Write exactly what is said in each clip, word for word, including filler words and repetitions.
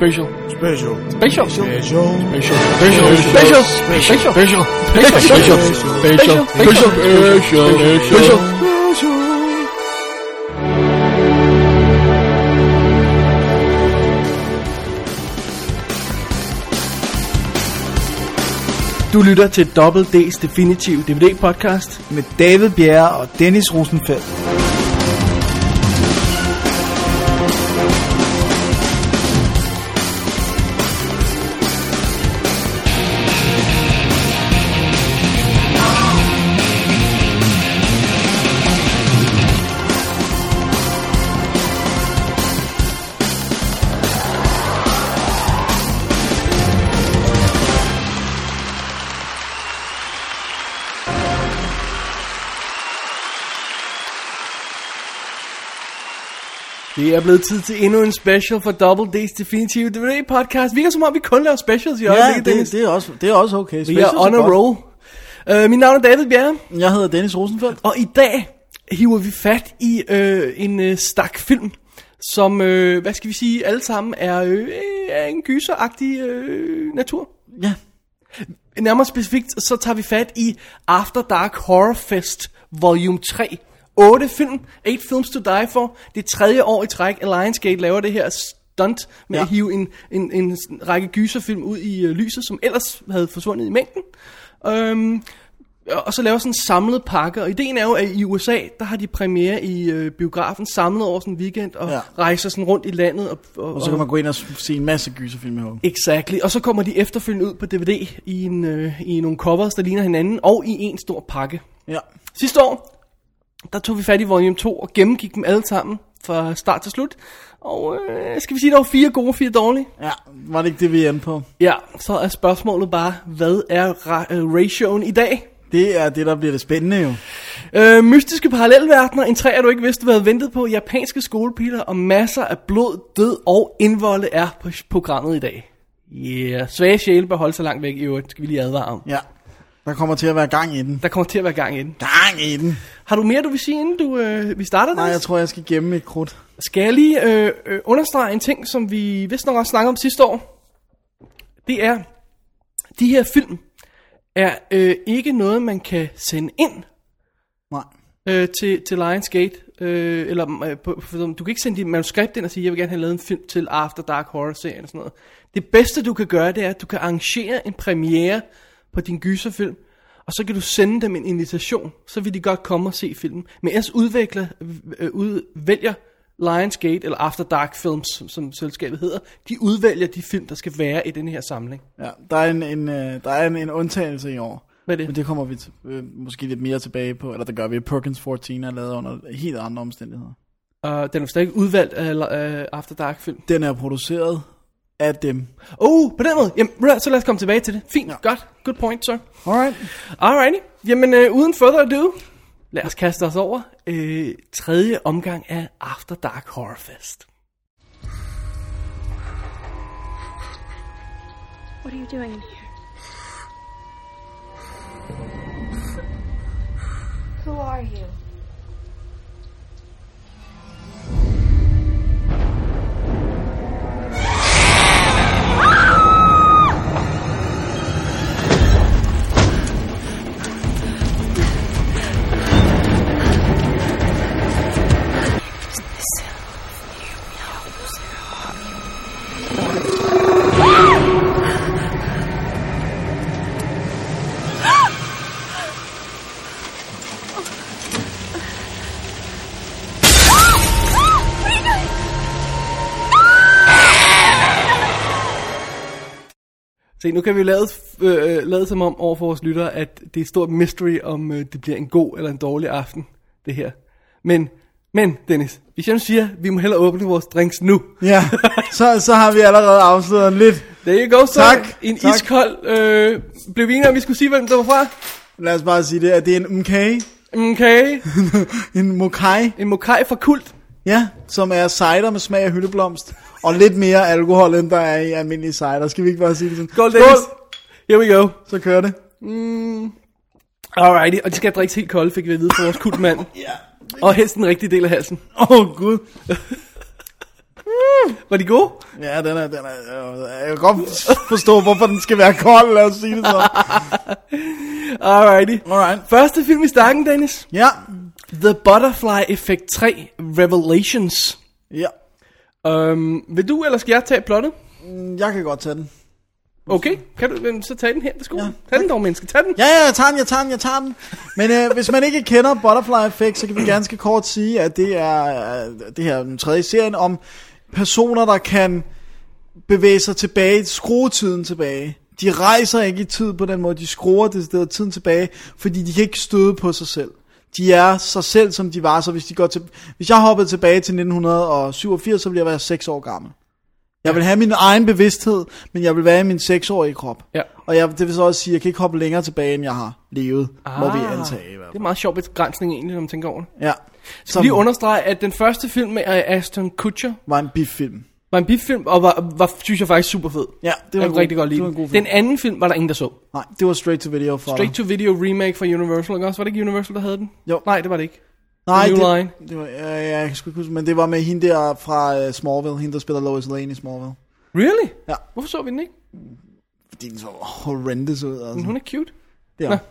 Special. Special. Special. Special. Special. Special. Special. Special. Special. Special. Special. Special. Special. Special. Du lytter til Double D's Definitive D V D podcast med David Bjerre og Dennis Rosenfeldt. Det er blevet tid til endnu en special for Double D's Definitive D V D podcast. Vi er som om vi kun laver specials i øjeblikket, Ja, Dennis. det, det, er også, det er også okay. Vi Specials er on a godt. roll. Uh, mit navn er David Bjerre, Jeg hedder Dennis Rosenfeldt. og i dag hiver vi fat i øh, en øh, stak film, som, øh, hvad skal vi sige, alle sammen er, øh, er en gyseragtig øh, natur. Ja. Nærmere specifikt, så tager vi fat i After Dark Horror Fest Volume tre. otte film, eight films to die for. Det er tredje år i træk, at Lionsgate laver det her stunt med Ja. at hive en, en, en række gyserfilm ud i uh, lyset, som ellers havde forsvundet i mængden. Um, og så laver sådan en samlet pakke. Og ideen er jo, at i U S A, der har de premiere i øh, biografen samlet over sådan en weekend, og Ja. rejser sådan rundt i landet. Og, og, Og så kan man gå ind og se en masse gyserfilm her. Exactly. Og så kommer de efterfølgende ud på D V D i, en, øh, i nogle covers, der ligner hinanden, og i en stor pakke. Ja. Sidste år, der tog vi fat i volume to og gennemgik dem alle sammen fra start til slut. Og øh, skal vi sige, der var fire gode og fire dårlige? Ja, var det ikke det, vi endte på? Ja, så er spørgsmålet bare, hvad er ra- øh, ratioen i dag? Det er det, der bliver det spændende jo. Øh, mystiske parallelverdener, en træer du ikke vidste, du havde ventet på, japanske skolepiler og masser af blod, død og indvolde er på programmet i dag. Yeah, svage sjæle bør holde sig langt væk i øvrigt, skal vi lige advare om. Ja, der kommer til at være gang i den. Der kommer til at være gang i den. Gang i den. Har du mere, du vil sige, inden du, øh, vi starter? Nej, Dennis? jeg tror, jeg skal gemme mit krudt. Skal jeg lige øh, øh, understrege en ting, som vi vist nok også snakkede om sidste år. Det er, de her film er øh, ikke noget, man kan sende ind Nej. øh, til, til Lionsgate. Øh, eller øh, på, for, du kan ikke sende dit manuskript ind og sige, jeg vil gerne have lavet en film til After Dark Horror-serien og sådan noget. Det bedste, du kan gøre, det er, at du kan arrangere en premiere på din gyserfilm, og så kan du sende dem en invitation, så vil de godt komme og se filmen. Men ellers udvikler, øh, udvælger Lionsgate, eller After Dark Films, som, som selskabet hedder, de udvælger de film, der skal være i den her samling. Ja, der er en, en, øh, der er en, en undtagelse i år. Hvad er det? Men det kommer vi t- øh, måske lidt mere tilbage på, eller der gør vi. Perkins fjorten er lavet under helt andre omstændigheder. Og den er stadig udvalgt af uh, After Dark film. Den er produceret af dem. Oh, på den måde. Jamen, så lad os komme tilbage til det. Fint, ja. Godt. Good point, sir. Alright. Alrighty. Jamen, uh, uden further ado, lad os kaste os over uh, tredje omgang af After Dark Horror Fest. What are you doing in here? Who are you? Se, nu kan vi lade, øh, lade som om over for vores lyttere, at det er et stort mystery, om øh, det bliver en god eller en dårlig aften, det her. Men, men Dennis, hvis jeg nu siger, vi må hellere åbne vores drinks nu. Ja, så, så har vi allerede afsløret lidt. There you go, så Tak, en tak. iskold, øh, blev vi enige om, vi skulle sige, hvem der var fra? Lad os bare sige det, at det er en mkay. Okay, En mokai. en mokai fra Kult. Ja, som er cider med smag af hyldeblomst. Og lidt mere alkohol, end der er i almindelig cider. Skal vi ikke bare sige det sådan? Skål, Dennis. Here we go. Så kører det. Alrighty, og de skal drikkes helt kolde, fik vi at vide fra vores kultmand. Ja. Og helst den rigtige del af halsen. Åh, oh, Gud. Var de gode? Ja, den er, den er, jeg kan godt forstå, hvorfor den skal være kold, lad os sige det så. Alrighty. Alright. Første film i stakken, Dennis. Ja. The Butterfly Effect tre, Revelations. Ja. Um, vil du, eller skal jeg tage plottet? Jeg kan godt tage den. Okay, kan du så tage den her? Værsgo. Ja. Tag den dog, menneske. Tag den. Ja, ja, jeg tager den, jeg tager den, jeg tager den. Men øh, hvis man ikke kender Butterfly Effect, så kan vi ganske kort sige, at det er øh, det her den tredje serien om personer, der kan bevæge sig tilbage, skrue tiden tilbage. De rejser ikke i tid på den måde, de skruer det stedet tiden tilbage, fordi de kan ikke støde på sig selv. De er sig selv, som de var, så hvis de går til, hvis jeg hoppede tilbage til nitten syvogfirs, så ville jeg være seks år gammel. Jeg vil have min egen bevidsthed, men jeg vil være i min seksårige krop. Ja. Og jeg, det vil så også sige, at jeg kan ikke hoppe længere tilbage, end jeg har levet, Ah, må vi antage i hvert Det er fald. meget sjov begrænsning egentlig, når man tænker over det. Ja. Så Som lige understrege, at den første film med Ashton Kutcher var en biff-film. var en biffilm, og var, var, synes jeg faktisk super fed. Ja, det var jeg en kunne god, rigtig godt lide det var en god den. film. Den anden film var der ingen, der så. Nej, det var straight to video for Straight to video remake fra Universal, ikke også? Var det ikke Universal, der havde den? Jo. Nej, det var det ikke. Nej, New det, Line. det var, ja, ja, jeg kan sgu ikke huske, men det var med hende der fra uh, Smallville, hende der spiller Lois Lane i Smallville. Really? Ja. Hvorfor så vi den ikke? Fordi den så horrendous ud, altså. Men hun er cute. Ja. Nå.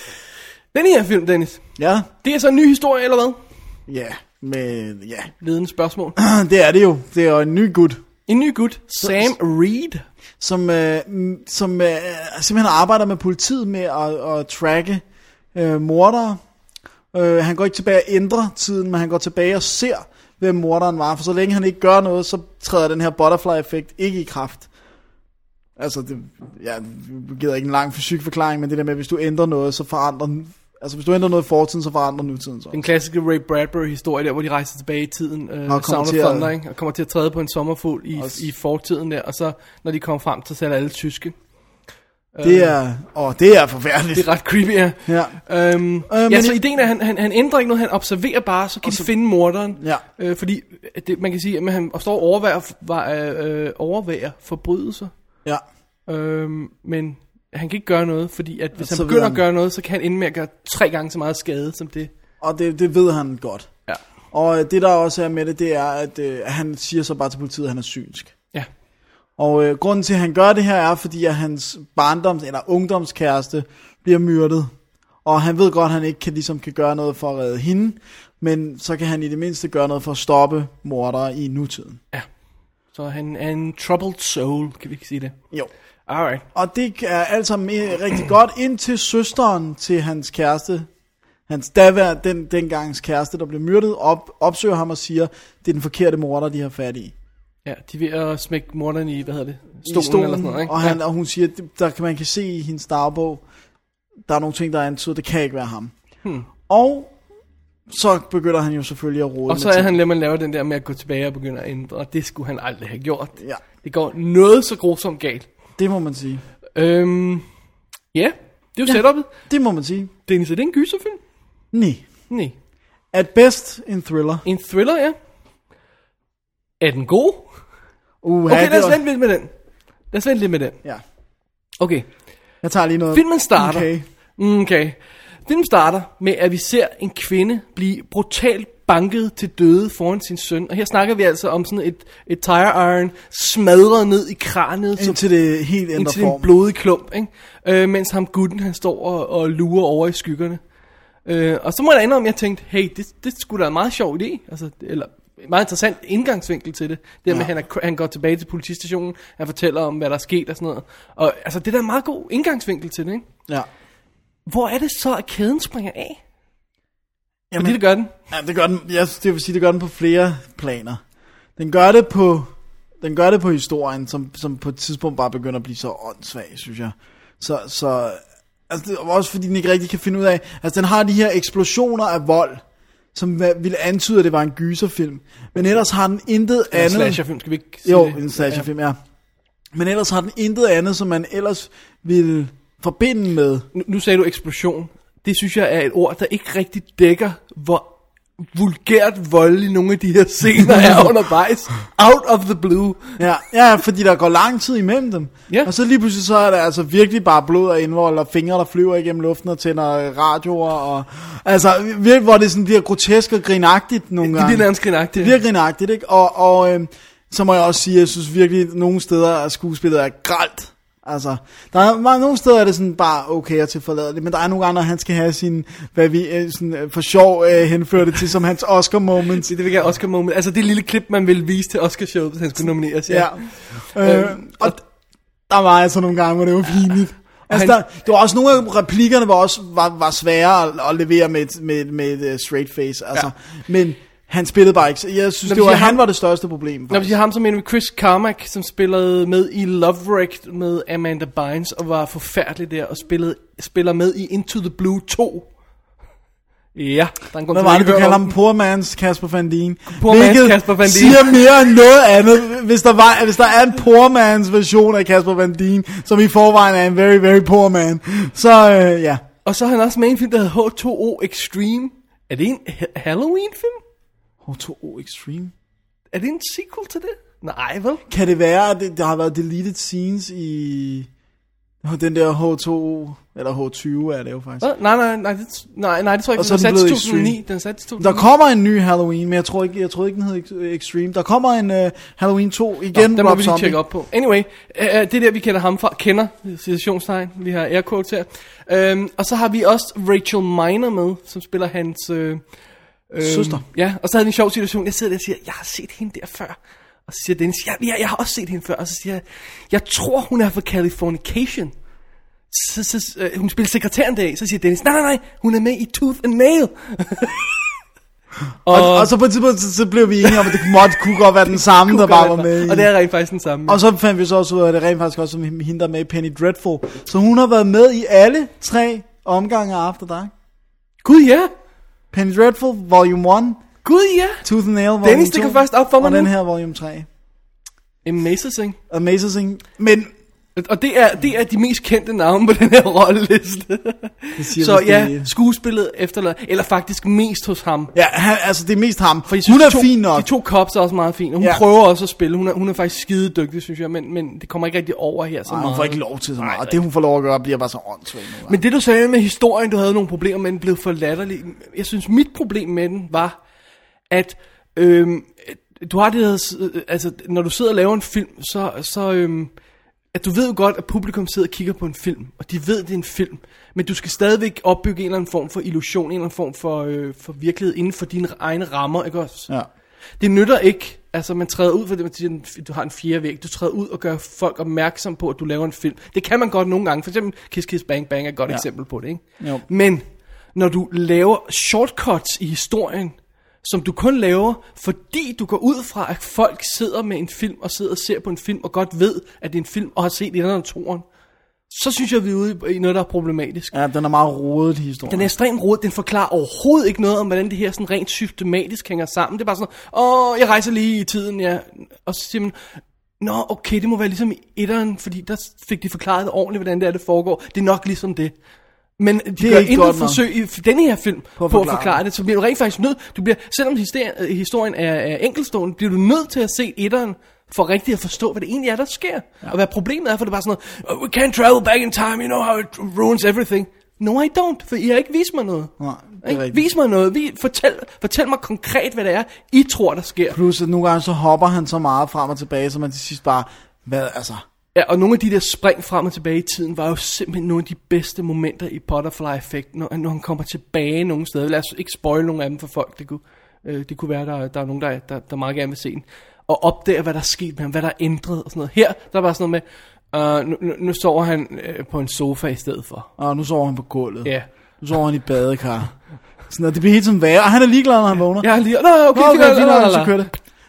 Den her film, Dennis, Ja, det er så en ny historie, eller hvad? ja, men ja, Ledende spørgsmål. det er det jo. Det er jo en ny gut, En ny gut, Sam Reed. som, øh, m- som øh, simpelthen arbejder med politiet med at, at tracke øh, mordere. Øh, han går ikke tilbage og ændrer tiden, men han går tilbage og ser, hvem morderen var. For så længe han ikke gør noget, så træder den her butterfly-effekt ikke i kraft. Altså, det, ja, vi giver ikke en lang fysikforklaring, men det der med, at hvis du ændrer noget, så forandrer... Altså, hvis du ændrer noget i fortiden, så forandrer nutiden så. Den klassiske Ray Bradbury-historie der, hvor de rejser tilbage i tiden, uh, Og Sound of kommer til at- Thunder, ikke? Og kommer til at træde på en sommerfugl i, Også- i fortiden der, og så, når de kommer frem, så sætter alle tyske. Det er... Åh, det er forfærdeligt. Det er ret creepy, ja. Ja. Øhm, Øh, ja, men så det- ideen er, at han, han, han ændrer ikke noget, han observerer bare, så kan de så- finde morderen. Ja. Øh, fordi det, man kan sige, at han står og overværer, var, øh, overværer forbrydelser. Ja. Øhm, men han kan ikke gøre noget, fordi at hvis Så han ved begynder han- at gøre noget, så kan han ende med at gøre tre gange så meget skade som det. Og det, det ved han godt. Ja. Og øh, det der også er med det, det er, at øh, han siger så bare til politiet, at han er synsk. Ja. Og øh, grunden til, at han gør det her, er, fordi at hans barndoms- eller ungdomskæreste bliver myrdet. Og han ved godt, at han ikke kan, ligesom, kan gøre noget for at redde hende, men så kan han i det mindste gøre noget for at stoppe mordere i nutiden. Ja. Så han er en troubled soul, kan vi ikke sige det? Jo. Alright. Og det er alt sammen øh, rigtig godt, indtil søsteren til hans kæreste, hans davær, den dengangs kæreste, der blev myrdet, op, opsøger ham og siger, det er den forkerte morder, de har fat i. Ja, de er ved at smække morderen i, hvad hedder det? I stolen, eller sådan noget, ikke? og, han, Ja. og hun siger, at der kan man kan se i hendes dagbog, der er nogle ting, der er antydet, det kan ikke være ham. Hmm. Og så begynder han jo selvfølgelig at rode Og så med er ting. han lidt, man laver den der med at gå tilbage og begynde at ændre, og det skulle han aldrig have gjort. Ja, Det går noget så grusomt galt. det må man sige. Øhm, ja, det er jo Ja. setupet. Det må man sige. Dennis, er det en gyserfilm? Nej. Nej. At best en thriller. En thriller, ja. Er den god? Uh, Okay, lad os vente lidt med den. Lad os vente lidt med den. Ja, Okay. jeg tager lige noget. Filmen starter. Okay. Okay. Filmen starter med, at vi ser en kvinde blive brutalt banket til døde foran sin søn. Og her snakker vi altså om sådan et, et tire iron smadret ned i kraniet, som, Indtil det helt ændrer indtil det er form. en blodig klump, ikke? Øh, mens ham gutten, han står og, og lurer over i skyggerne. Øh, og så må jeg indrømme, at jeg tænkte, hey, det, det skulle da en meget sjov idé. Altså, eller en meget interessant indgangsvinkel til det. Det ja. med, at han, er, han går tilbage til politistationen, han fortæller om, hvad der er sket og sådan noget. Og altså, det er da en meget god indgangsvinkel til det, ikke? Ja. Hvor er det så, at kæden springer af? Jamen, Fordi det gør den. ja, det gør den. Jeg det vil sige, det gør den på flere planer. Den gør det på, den gør det på historien, som, som på et tidspunkt bare begynder at blive så åndssvag, synes jeg. Så, så altså, det er også fordi den ikke rigtig kan finde ud af. Altså, den har de her eksplosioner af vold, som ville antyde, at det var en gyserfilm. Men ellers har den intet En andet. slasherfilm, skal vi ikke sige Jo, det? en slasherfilm, ja. Men ellers har den intet andet, som man ellers ville forbinde med. Nu, nu sagde du eksplosion. Det synes jeg er et ord, der ikke rigtig dækker, hvor vulgært voldelig nogle af de her scener er undervejs. Out of the blue. Ja, ja, fordi der går lang tid imellem dem. Ja. Og så lige pludselig så er der altså virkelig bare blod og indvold og fingre, der flyver igennem luften og tænder radioer. Og, altså virkelig, hvor det sådan bliver grotesk og grinagtigt nogle Det gange. bliver nærmest grinagtigt. Det bliver grinagtigt, ikke? Og, og øh, så må jeg også sige, at jeg synes virkelig, at nogle steder er skuespillet er grelt. Altså, der er mange, nogle steder er det sådan bare okay og tilforladeligt, men der er nogle andre, han skal have sin, hvad vi sådan, for sjov øh, henfører det til, som hans Oscar moments. Det vil gerne Oscar moment. Altså det lille klip, man vil vise til Oscar showet, hvis han skulle nomineres. Ja. ja. Øh, og der var altså nogle gange, hvor det var pinligt. Altså, der, det var også nogle af replikkerne, var også var, var svære at, at levere med et, med, med et uh, straight face. Altså, ja. Men han spillede bare ikke. Jeg synes, når det var, han ham, var det største problem. Faktisk. Når vi siger ham, så mener vi Chris Carmack, som spillede med i Love Wreck med Amanda Bynes, og var forfærdelig der, og spillede, spiller med i Into the Blue to. Ja, der er en grund til, hvad var det, du kalder ham? Poor man's Casper Van Dien. Poor man's Casper Van Dien. Siger mere end noget andet, hvis der, var, hvis der er en poor man's version af Casper Van Dien, som i forvejen er en very, very poor man. Så øh, ja. Og så har han også med en film, der hedder H to O Extreme. Er det en Halloween-film? H to O Extreme? Er det en sequel til det? Nej, vel? Kan det være, at det, der har været deleted scenes i den der H to O, eller H tyve er det jo faktisk. Oh, nej, nej, nej, det, nej, nej, det tror jeg ikke, den er sat til to tusind og ni. Den er sat til to tusind og ni. Der kommer en ny Halloween, men jeg tror ikke, jeg tror ikke den hedder Extreme. Der kommer en uh, Halloween to igen. Nå, den må vi lige tjekke op på. Anyway, uh, det er der, vi kender ham fra. Kender, citationstegn, vi har air quotes her. Um, og så har vi også Rachel Miner med, som spiller hans Uh, Øhm, søster. Ja, og så havde vi en sjov situation. Jeg sidder der og siger, jeg har set hende der før. Og så siger Dennis, ja, jeg, jeg har også set hende før. Og så siger jeg, jeg tror hun er fra Californication. Så, så, øh, hun spiller sekretæren der. Så siger Dennis, nej, nej, nej, hun er med i Tooth and Nail. og, og, og så på et tidspunkt, så, så blev vi enige om, at det måtte, kunne godt være den samme, der bare var med i. Og det er rent faktisk den samme. Og så fandt vi så også ud af, at det rent faktisk også som hende, der med i Penny Dreadful. Så hun har været med i alle tre omgange af After Dark. Gud ja. Penny Dreadful, volume et. Gud ja. Tooth and Nail, volume Dennis, det to. kan først op for mig og nu. den her, volume tre. Amazing. Amazing. Men og det er, det er de mest kendte navne på den her rolleliste. Så ja, det skuespillet efterlader, eller faktisk mest hos ham. Ja, han, altså det er mest ham. For hun er to, fin nok. De to cops er også meget fine. Hun ja. prøver også at spille. Hun er, hun er faktisk skide dygtig, synes jeg, men, men det kommer ikke rigtig over her så Ej, meget. Hun får ikke lov til så meget. Ej, det hun får lov at gøre, bliver bare så åndssvagt. Men det du sagde med historien, du havde nogle problemer med, den blev for latterlig. Jeg synes, mit problem med den var, at øhm, du har det der, altså når du sidder og laver en film, så, så øhm, at du ved jo godt, at publikum sidder og kigger på en film, og de ved, det er en film, men du skal stadigvæk opbygge en eller anden form for illusion, en eller anden form for, øh, for virkelighed inden for dine egne rammer, ikke også? Ja. Det nytter ikke, altså man træder ud, for det, du har en fjerde væg, du træder ud og gør folk opmærksom på, at du laver en film. Det kan man godt nogle gange, for eksempel Kiss Kiss Bang Bang er et godt ja. eksempel på det, ikke? Jo. Men når du laver shortcuts i historien, som du kun laver, fordi du går ud fra, at folk sidder med en film, og sidder og ser på en film, og godt ved, at det er en film, og har set et eller andet toren, så synes jeg, vi er ude i noget, der er problematisk. Ja, den er meget rodet, historien. Den er ekstremt rodet, den forklarer overhovedet ikke noget om, hvordan det her sådan rent systematisk hænger sammen. Det er bare sådan, åh, jeg rejser lige i tiden, ja. Og så siger man, nå, okay, det må være ligesom i etteren, fordi der fik de forklaret ordentligt, hvordan det er, det foregår. Det er nok ligesom det. Men de det gør intet forsøg i denne her film på at, på at forklare det, så bliver du rent faktisk nødt, du bliver, selvom historien er, er enkeltstående, bliver du nødt til at se etteren, for rigtigt at forstå, hvad det egentlig er, der sker. Ja. Og hvad problemet er, for det er bare sådan noget, oh, we can't travel back in time, you know how it ruins everything. No, I don't, for I har ikke vist mig noget. Nej, vis mig noget, Vi, fortæl, fortæl mig konkret, hvad det er, I tror, der sker. Plus, at nogle gange så hopper han så meget frem og tilbage, så man til sidst bare, hvad altså... Ja, og nogle af de der spring frem og tilbage i tiden, var jo simpelthen nogle af de bedste momenter i Butterfly-effekten, når, når han kommer tilbage nogle steder. Lad os ikke spoil nogle af dem for folk, det kunne, øh, det kunne være, der, der er nogen, der, der, der meget gerne vil se den. Og opdage, hvad der er sket med ham, hvad der er ændret og sådan noget. Her, der var sådan noget med, øh, nu, nu, nu sover han øh, på en sofa i stedet for. Og nu sover han på gulvet. Ja. Nu sover han i badekar. Sådan noget, det bliver helt som værre, og han er ligeglad, når han vågner. Ja, lige, nå, okay, okay, okay, okay, så kører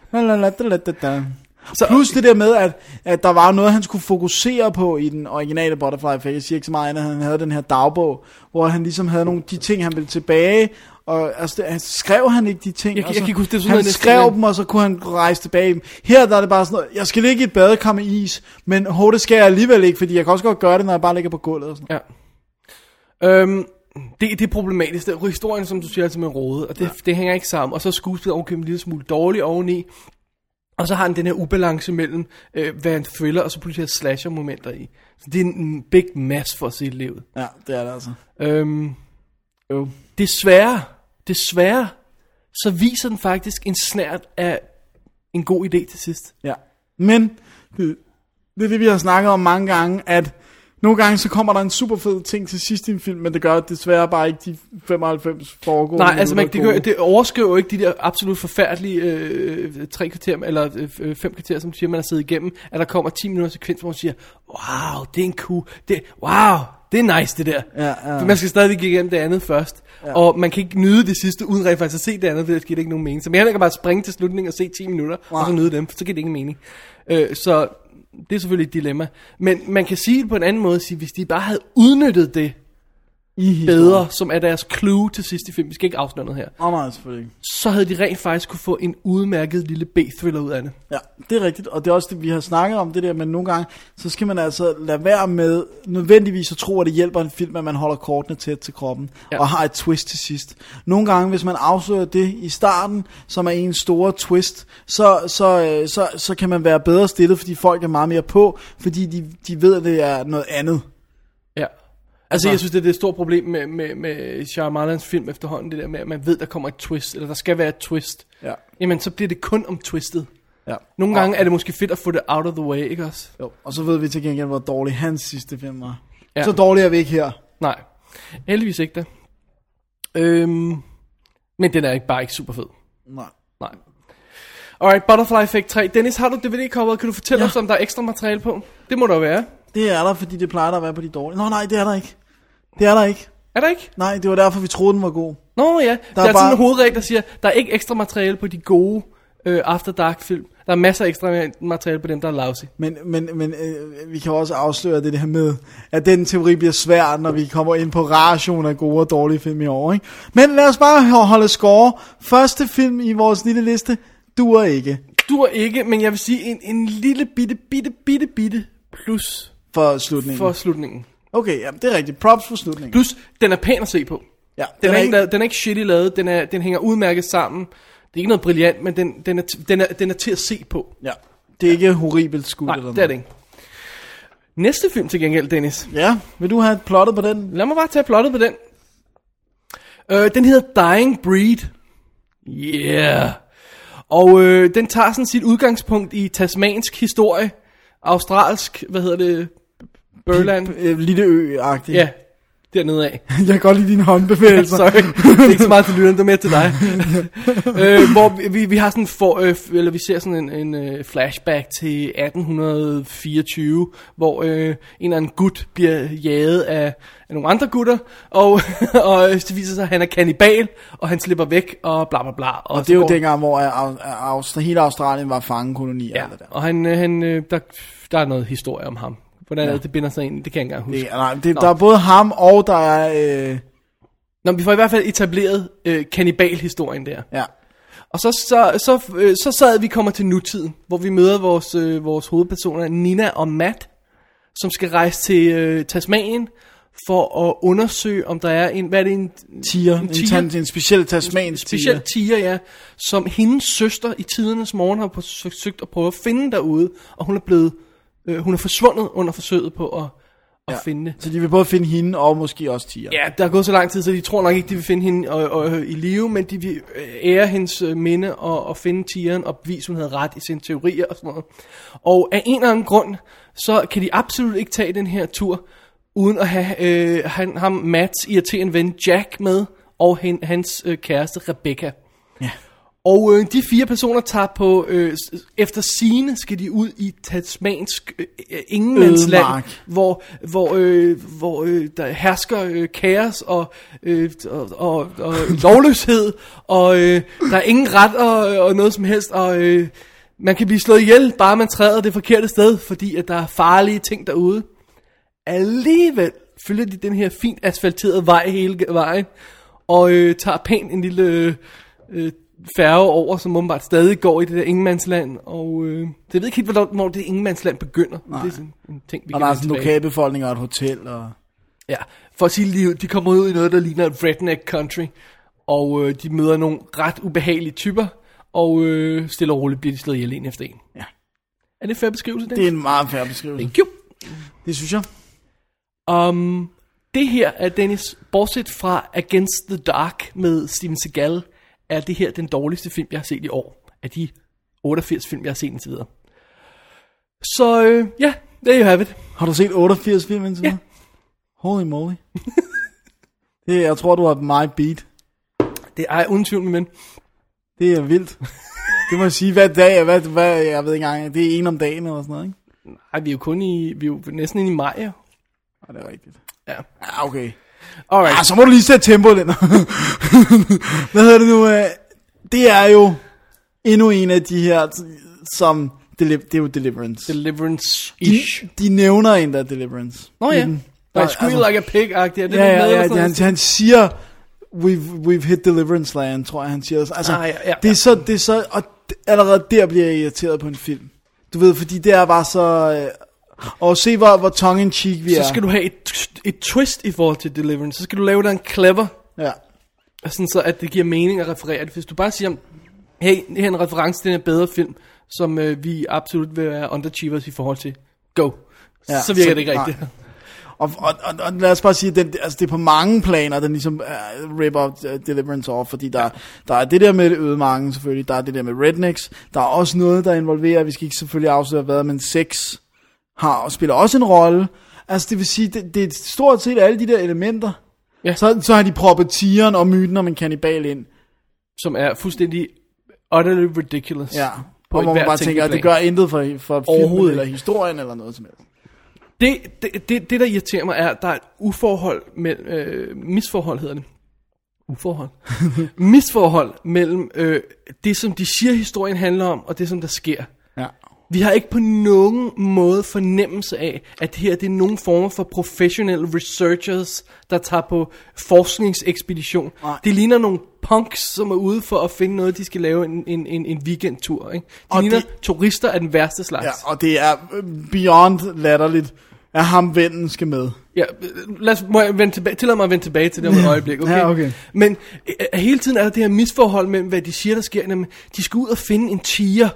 det. Så, plus det der med, at, at der var noget, han skulle fokusere på i den originale Butterfly Effect. Jeg siger ikke så meget andet, han havde den her dagbog, hvor han ligesom havde nogle de ting, han ville tilbage. Og altså, han skrev han ikke de ting. Jeg, og så, jeg, jeg huske, det sådan han noget skrev næsten, dem, og så kunne han rejse tilbage. Her der er det bare sådan noget, jeg skal ligge i et badekar med is, men hov, det skal jeg alligevel ikke, fordi jeg kan også godt gøre det, når jeg bare ligger på gulvet. Og sådan. Ja. Øhm, det, det er problematisk. Det er historien, som du siger, er simpelthen rodet, og det, ja. det hænger ikke sammen. Og så er skuespillet overkøbt en lille smule dårligt oveni. Og så har han den her ubalance mellem, øh, hvad en thriller, og så pludselig slasher-momenter i. Så det er en big mess for at se livet. Ja, det er det altså. Øhm, jo. Desværre, desværre, så viser den faktisk en snært af en god idé til sidst. Ja, men det, det er det, vi har snakket om mange gange, at nogle gange så kommer der en super fed ting til sidst i en film, men det gør desværre bare ikke de femoghalvfems foregående. Nej, altså man, det, gør, det overskriver jo ikke de der absolut forfærdelige øh, tre kvarter, eller øh, fem kvarter, som siger, man har siddet igennem, at der kommer ti minutter sekvens, hvor man siger, wow, det er en cool, det, wow, det er nice det der. Ja, ja. For man skal stadig gik igennem det andet først. Ja. Og man kan ikke nyde det sidste, uden rent faktisk at se det andet, for det giver det ikke nogen mening. Så man kan bare springe til slutningen og se ti minutter, wow. og så nyde dem, for så giver det ingen mening. Øh, så det er selvfølgelig et dilemma. Men man kan sige det på en anden måde, sige, hvis de bare havde udnyttet det I bedre, som er deres clue til sidste film, vi skal ikke afsløre noget her, oh, nej, selvfølgelig. så havde de rent faktisk kunne få en udmærket lille B-thriller ud af det. Ja, det er rigtigt, og det er også det, vi har snakket om det der, men nogle gange, så skal man altså lade være med nødvendigvis at tro, at det hjælper en film, at man holder kortene tæt til kroppen, ja. og har et twist til sidst. Nogle gange, hvis man afslører det i starten, som er en store twist, så, så, så, så kan man være bedre stillet, fordi folk er meget mere på, fordi de, de ved, at det er noget andet. Ja. Altså, jeg synes, det er et stort problem med, med, med Shyamalans film efterhånden, det der med, at man ved, der kommer et twist, eller der skal være et twist. Ja. Jamen, så bliver det kun om twistet. Ja. Nogle gange er det måske fedt at få det out of the way, ikke også? Jo, og så ved vi til gengæld, hvor dårlig hans sidste film var. Ja. Så dårlig er vi ikke her. Nej, heldigvis ikke da. Øhm, men den er ikke bare ikke super fed. Nej. Nej. Alright, Butterfly Effect tre. Dennis, har du D V D-coveret? Kan du fortælle ja. os, om der er ekstra materiale på? Det må der være. Det er der, fordi det plejer der at være på de dårlige. Nå nej, det er der ikke. Det er der ikke. Er der ikke? Nej, det var derfor, vi troede, den var god. Nå ja, der, der er, er bare... sådan en hovedregel, der siger, der er ikke ekstra materiale på de gode øh, After Dark film. Der er masser af ekstra materiale på dem, der er lousy. Men, men, men øh, vi kan også afsløre det her med, at den teori bliver svær, når vi kommer ind på ration af gode og dårlige film i år. Ikke? Men lad os bare holde score. Første film i vores lille liste duer ikke. Duer ikke, men jeg vil sige en, en lille bitte, bitte, bitte, bitte plus for slutningen. For slutningen. Okay, ja, det er rigtigt. Props for slutningen. Plus, den er pæn at se på. Ja, den, den, er er ikke, ikke... lavet, den er ikke shitty lavet, den, er, den hænger udmærket sammen. Det er ikke noget brilliant, men den, den, er, den, er, den er til at se på. Ja, det er ikke horribelt skudt. Nej, eller det er det ikke. Næste film til gengæld, Dennis. Ja, vil du have plottet på den? Lad mig bare tage plottet på den. Øh, den hedder Dying Breed. Yeah. Og øh, den tager sådan sit udgangspunkt i tasmansk historie. Australsk, hvad hedder det? Burland. P- p- lille ø-agtigt. Ja, dernede af. Jeg kan godt lide dine håndbevægelser. Sorry, det er ikke så meget til lytteren, det er mere til dig. øh, hvor vi, vi har sådan for, øh, eller vi ser sådan en, en uh, flashback til atten fireogtyve, hvor øh, en eller anden gut bliver jaget af, af nogle andre gutter, og, og det viser sig, at han er kannibal, og han slipper væk, og bla bla bla. Og, og det er jo går... dengang, hvor Aust- hele Australien var fangekoloni. Ja, og, der. og han, han, der, der er noget historie om ham. Hvordan ja. det binder sig ind, det kan jeg ikke engang huske. Det, nej, det, der er både ham og der er... Øh... Nå, vi får i hvert fald etableret øh, kannibalhistorien der. Ja. Og så, så, så, øh, så sad vi kommer til nutiden, hvor vi møder vores, øh, vores hovedpersoner, Nina og Matt, som skal rejse til øh, Tasmanien for at undersøge, om der er en, hvad er det, en tiger, en, tiger? en, en speciel tasmansk tiger. Speciel tiger, ja, som hendes søster i tidernes morgen har forsøgt at prøve at finde derude, og hun er blevet, øh, hun er forsvundet under forsøget på at, at ja. finde det. Så de vil både finde hende og måske også tiger. Ja, der er gået så lang tid, så de tror nok ikke, de vil finde hende og, og, og, i live, men de vil ære hendes minde og, og finde tigeren og bevise, hun havde ret i sine teorier og sådan noget. Og af en eller anden grund, så kan de absolut ikke tage den her tur, uden at have øh, han, ham Matts irriterende ven Jack med, og hen, hans øh, kæreste Rebecca. Ja. Og øh, de fire personer tager på, øh, efter sigende skal de ud i tasmansk øh, ingenmandsland, hvor, hvor, øh, hvor øh, der hersker øh, kaos og, øh, og, og, og lovløshed, og øh, der er ingen ret og, og noget som helst, og øh, man kan blive slået ihjel, bare man træder det forkerte sted, fordi at der er farlige ting derude. Alligevel følger de den her fint asfalterede vej hele vejen, og øh, tager pænt en lille øh, færge over, som åbenbart stadig går i det der ingenmandsland, og øh, det ved ikke helt, hvor det ingenmandsland begynder. Nej. Det er sådan en ting, vi og kan der er sådan en lokalbefolkning og et hotel. Og... Ja, for at sige livet, de kommer ud i noget, der ligner et redneck country, og øh, de møder nogle ret ubehagelige typer, og øh, stille og roligt bliver de slået ihjel en efter en. Ja. Er det en fair beskrivelse, det? Det er en meget fair beskrivelse. Thank you. Det synes jeg. Um, det her er, Dennis, bortset fra Against the Dark med Steven Seagal, er det her den dårligste film, jeg har set i år. Af de otteogfirs film, jeg har set indtil videre. Så øh, ja, there you have it. Har du set otteogfirs film indtil videre? Ja. Holy moly. Det, jeg tror, du har my beat. Det er uden tvivl, men det er vildt. Det må jeg sige, hvad dag, hvad, hvad, jeg ved ikke engang, det er en om dagen eller sådan noget, ikke? Nej, vi er jo kun i, vi er jo næsten inde i maj, ja. Ja, det er rigtigt. Ja. Ja, okay. Alright. Ja, så må du lige sætte tempo den. Hvad hedder det nu? Det er jo endnu en af de her, som, det er jo Deliverance. Deliverance-ish. De, de nævner en, der er Deliverance. Nå ja. Der er squeal like a pig-agtigt. Er det ja, ja, med, ja, ja, ja, han, han siger, we've, we've hit Deliverance land, tror jeg, han siger. Altså, ah, ja, ja, det er så, det er så, og allerede der bliver jeg irriteret på en film. Du ved, fordi det er bare så... Øh, og se, hvor, hvor tongue-in-cheek vi så er. Så skal du have et, et twist i forhold til Deliverance. Så skal du lave dig en clever. Ja. Sådan så, at det giver mening at referere det. Hvis du bare siger, hey, det her er en reference til en bedre film, som øh, vi absolut vil være underachievers i forhold til. Go. Ja, så virker så, det ikke rigtigt. Og, og, og, og lad os bare sige, at den, altså, det er på mange planer, den ligesom uh, ripper uh, Deliverance off, fordi der, der er det der med det ødemarken selvfølgelig, der er det der med rednecks, der er også noget, der involverer, vi skal ikke selvfølgelig afsløre hvad, men sex har og spiller også en rolle. Altså det vil sige, det, det er stort set alle de der elementer, ja. så, så har de proppet tigeren og myten om en kannibal ind. Som er fuldstændig utterly ridiculous. Ja, på hvor man bare tænker, at det gør intet for, for filmen eller historien eller noget som helst. Det, det, det, det der irriterer mig er, at der er et uforhold mellem, øh, misforhold hedder det, uforhold, misforhold mellem øh, det som de siger historien handler om, og det som der sker. Ja. Vi har ikke på nogen måde fornemmelse af, at det her det er nogen former for professional researchers, der tager på forskningsekspedition. Nej. Det ligner nogle punks, som er ude for at finde noget, de skal lave en, en, en, en weekendtur. Ikke? De og ligner det, turister af den værste slags. Ja, og det er beyond latterligt, at ham vennen skal med. Ja, lad os, må jeg vende tilbage, tillad mig at vende tilbage til det om et øjeblik, okay? Ja, okay. Men uh, hele tiden er der det her misforhold mellem, hvad de siger, der sker. Nemlig, de skal ud og finde en tiger,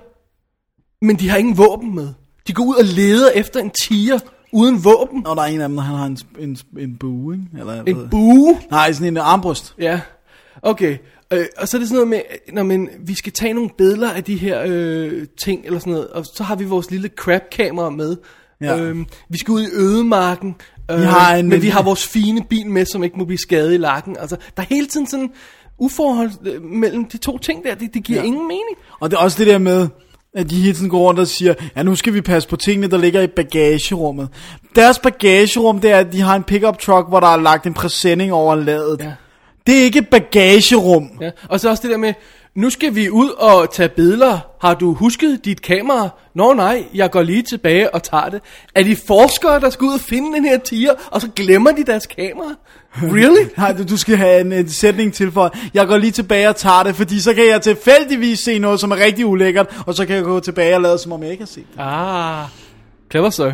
men de har ingen våben med. De går ud og leder efter en tiger uden våben. Og der er en af dem, der han har en, en, en bue, ikke? Eller, en bue? Nej, sådan en armbryst. Ja, okay. Øh, og så er det sådan noget med, når man, vi skal tage nogle billeder af de her øh, ting, eller sådan noget, og så har vi vores lille crap-kamera med. Ja. Øh, vi skal ud i ødemarken, øh, vi har en, men vi har vores fine bil med, som ikke må blive skadet i lakken. Altså, der er hele tiden sådan uforhold mellem de to ting der, det, det giver ja. ingen mening. Og det er også det der med, at de hele tiden går rundt og siger, ja, nu skal vi passe på tingene, der ligger i bagagerummet. Deres bagagerum, det er, at de har en pickup truck, hvor der er lagt en præsending over ladet. Ja. Det er ikke bagagerum. Ja. Og så også det der med, nu skal vi ud og tage billeder. Har du husket dit kamera? Nå nej, jeg går lige tilbage og tager det. Er de forskere, der skal ud og finde den her tiger, og så glemmer de deres kamera? Really? Nej, du skal have en, en sætning til for, jeg går lige tilbage og tager det, fordi så kan jeg tilfældigvis se noget, som er rigtig ulækkert, og så kan jeg gå tilbage og lade, som om jeg ikke har set det. Ah, clever så.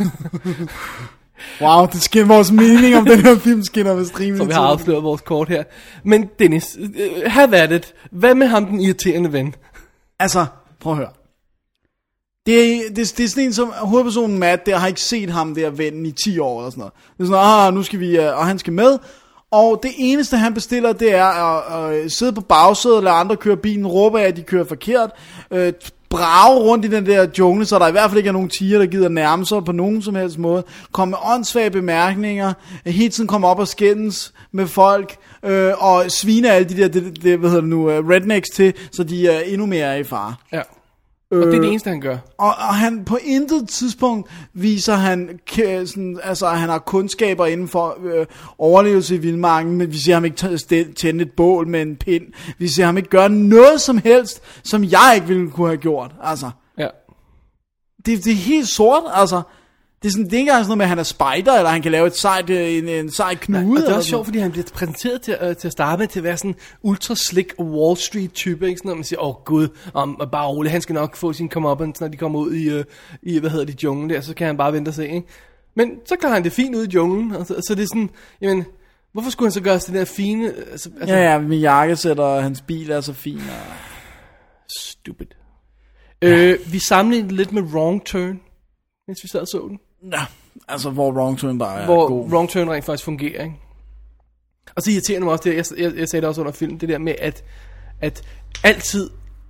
Wow, det skinner vores mening om den her film skinner ved streamen. Så vi har afsløret vores kort her. Men Dennis, uh, have at it. Hvad med ham, den irriterende ven? Altså, prøv at høre. Det er, det, det er sådan en som hovedpersonen Matt der har ikke set ham der vennen i ti år eller sådan noget. Det er sådan, ah, nu skal vi, og han skal med. Og det eneste han bestiller, det er at, at sidde på bagsædet og lade andre køre bilen, råbe af, at de kører forkert. Øh, brage rundt i den der jungle, så der i hvert fald ikke er nogen tiger, der gider nærme sig på nogen som helst måde. Komme med åndssvage bemærkninger, hele tiden komme op og skændes med folk, øh, og svine alle de der, det, det, hvad hedder det nu, rednecks til, så de er endnu mere i fare. Ja. Og det er det eneste, han gør. Og, og han på intet tidspunkt viser han, sådan, altså, at han har kundskaber inden for øh, overlevelse i vildmarken, men vi ser ham ikke t- tænde et bål med en pind. Vi ser ham ikke gøre noget som helst, som jeg ikke ville kunne have gjort. Altså, ja. det, det er helt sort, altså. Det er, sådan, det er ikke engang sådan noget med, at han er spider, eller han kan lave et sejt, en, en sej knude. Nej, og det er også sjovt, fordi han bliver præsenteret til, uh, til at starte med, til at være sådan ultra slick Wall Street type, ikke? Sådan noget, man siger, åh oh, gud, um, bare roligt, han skal nok få sin come-up, når de kommer ud i, uh, i, hvad hedder det, junglen der, så kan han bare vente og se, ikke? Men så klarer han det fint ud i junglen, og så, så det er sådan, jamen, hvorfor skulle han så gøre det der fine? Altså, altså, ja, ja, min jakkesæt og hans bil er så fin. Og... Stupid. Ja. Øh, vi sammenlignede lidt med Wrong Turn, mens vi sad og så den. Ja, altså hvor Wrong Turn bare er hvor god. Hvor Wrong Turn rent faktisk fungerer, ikke? Og så irriterer det mig også det, jeg, jeg, jeg sagde det også under filmen, det der med, at, at altid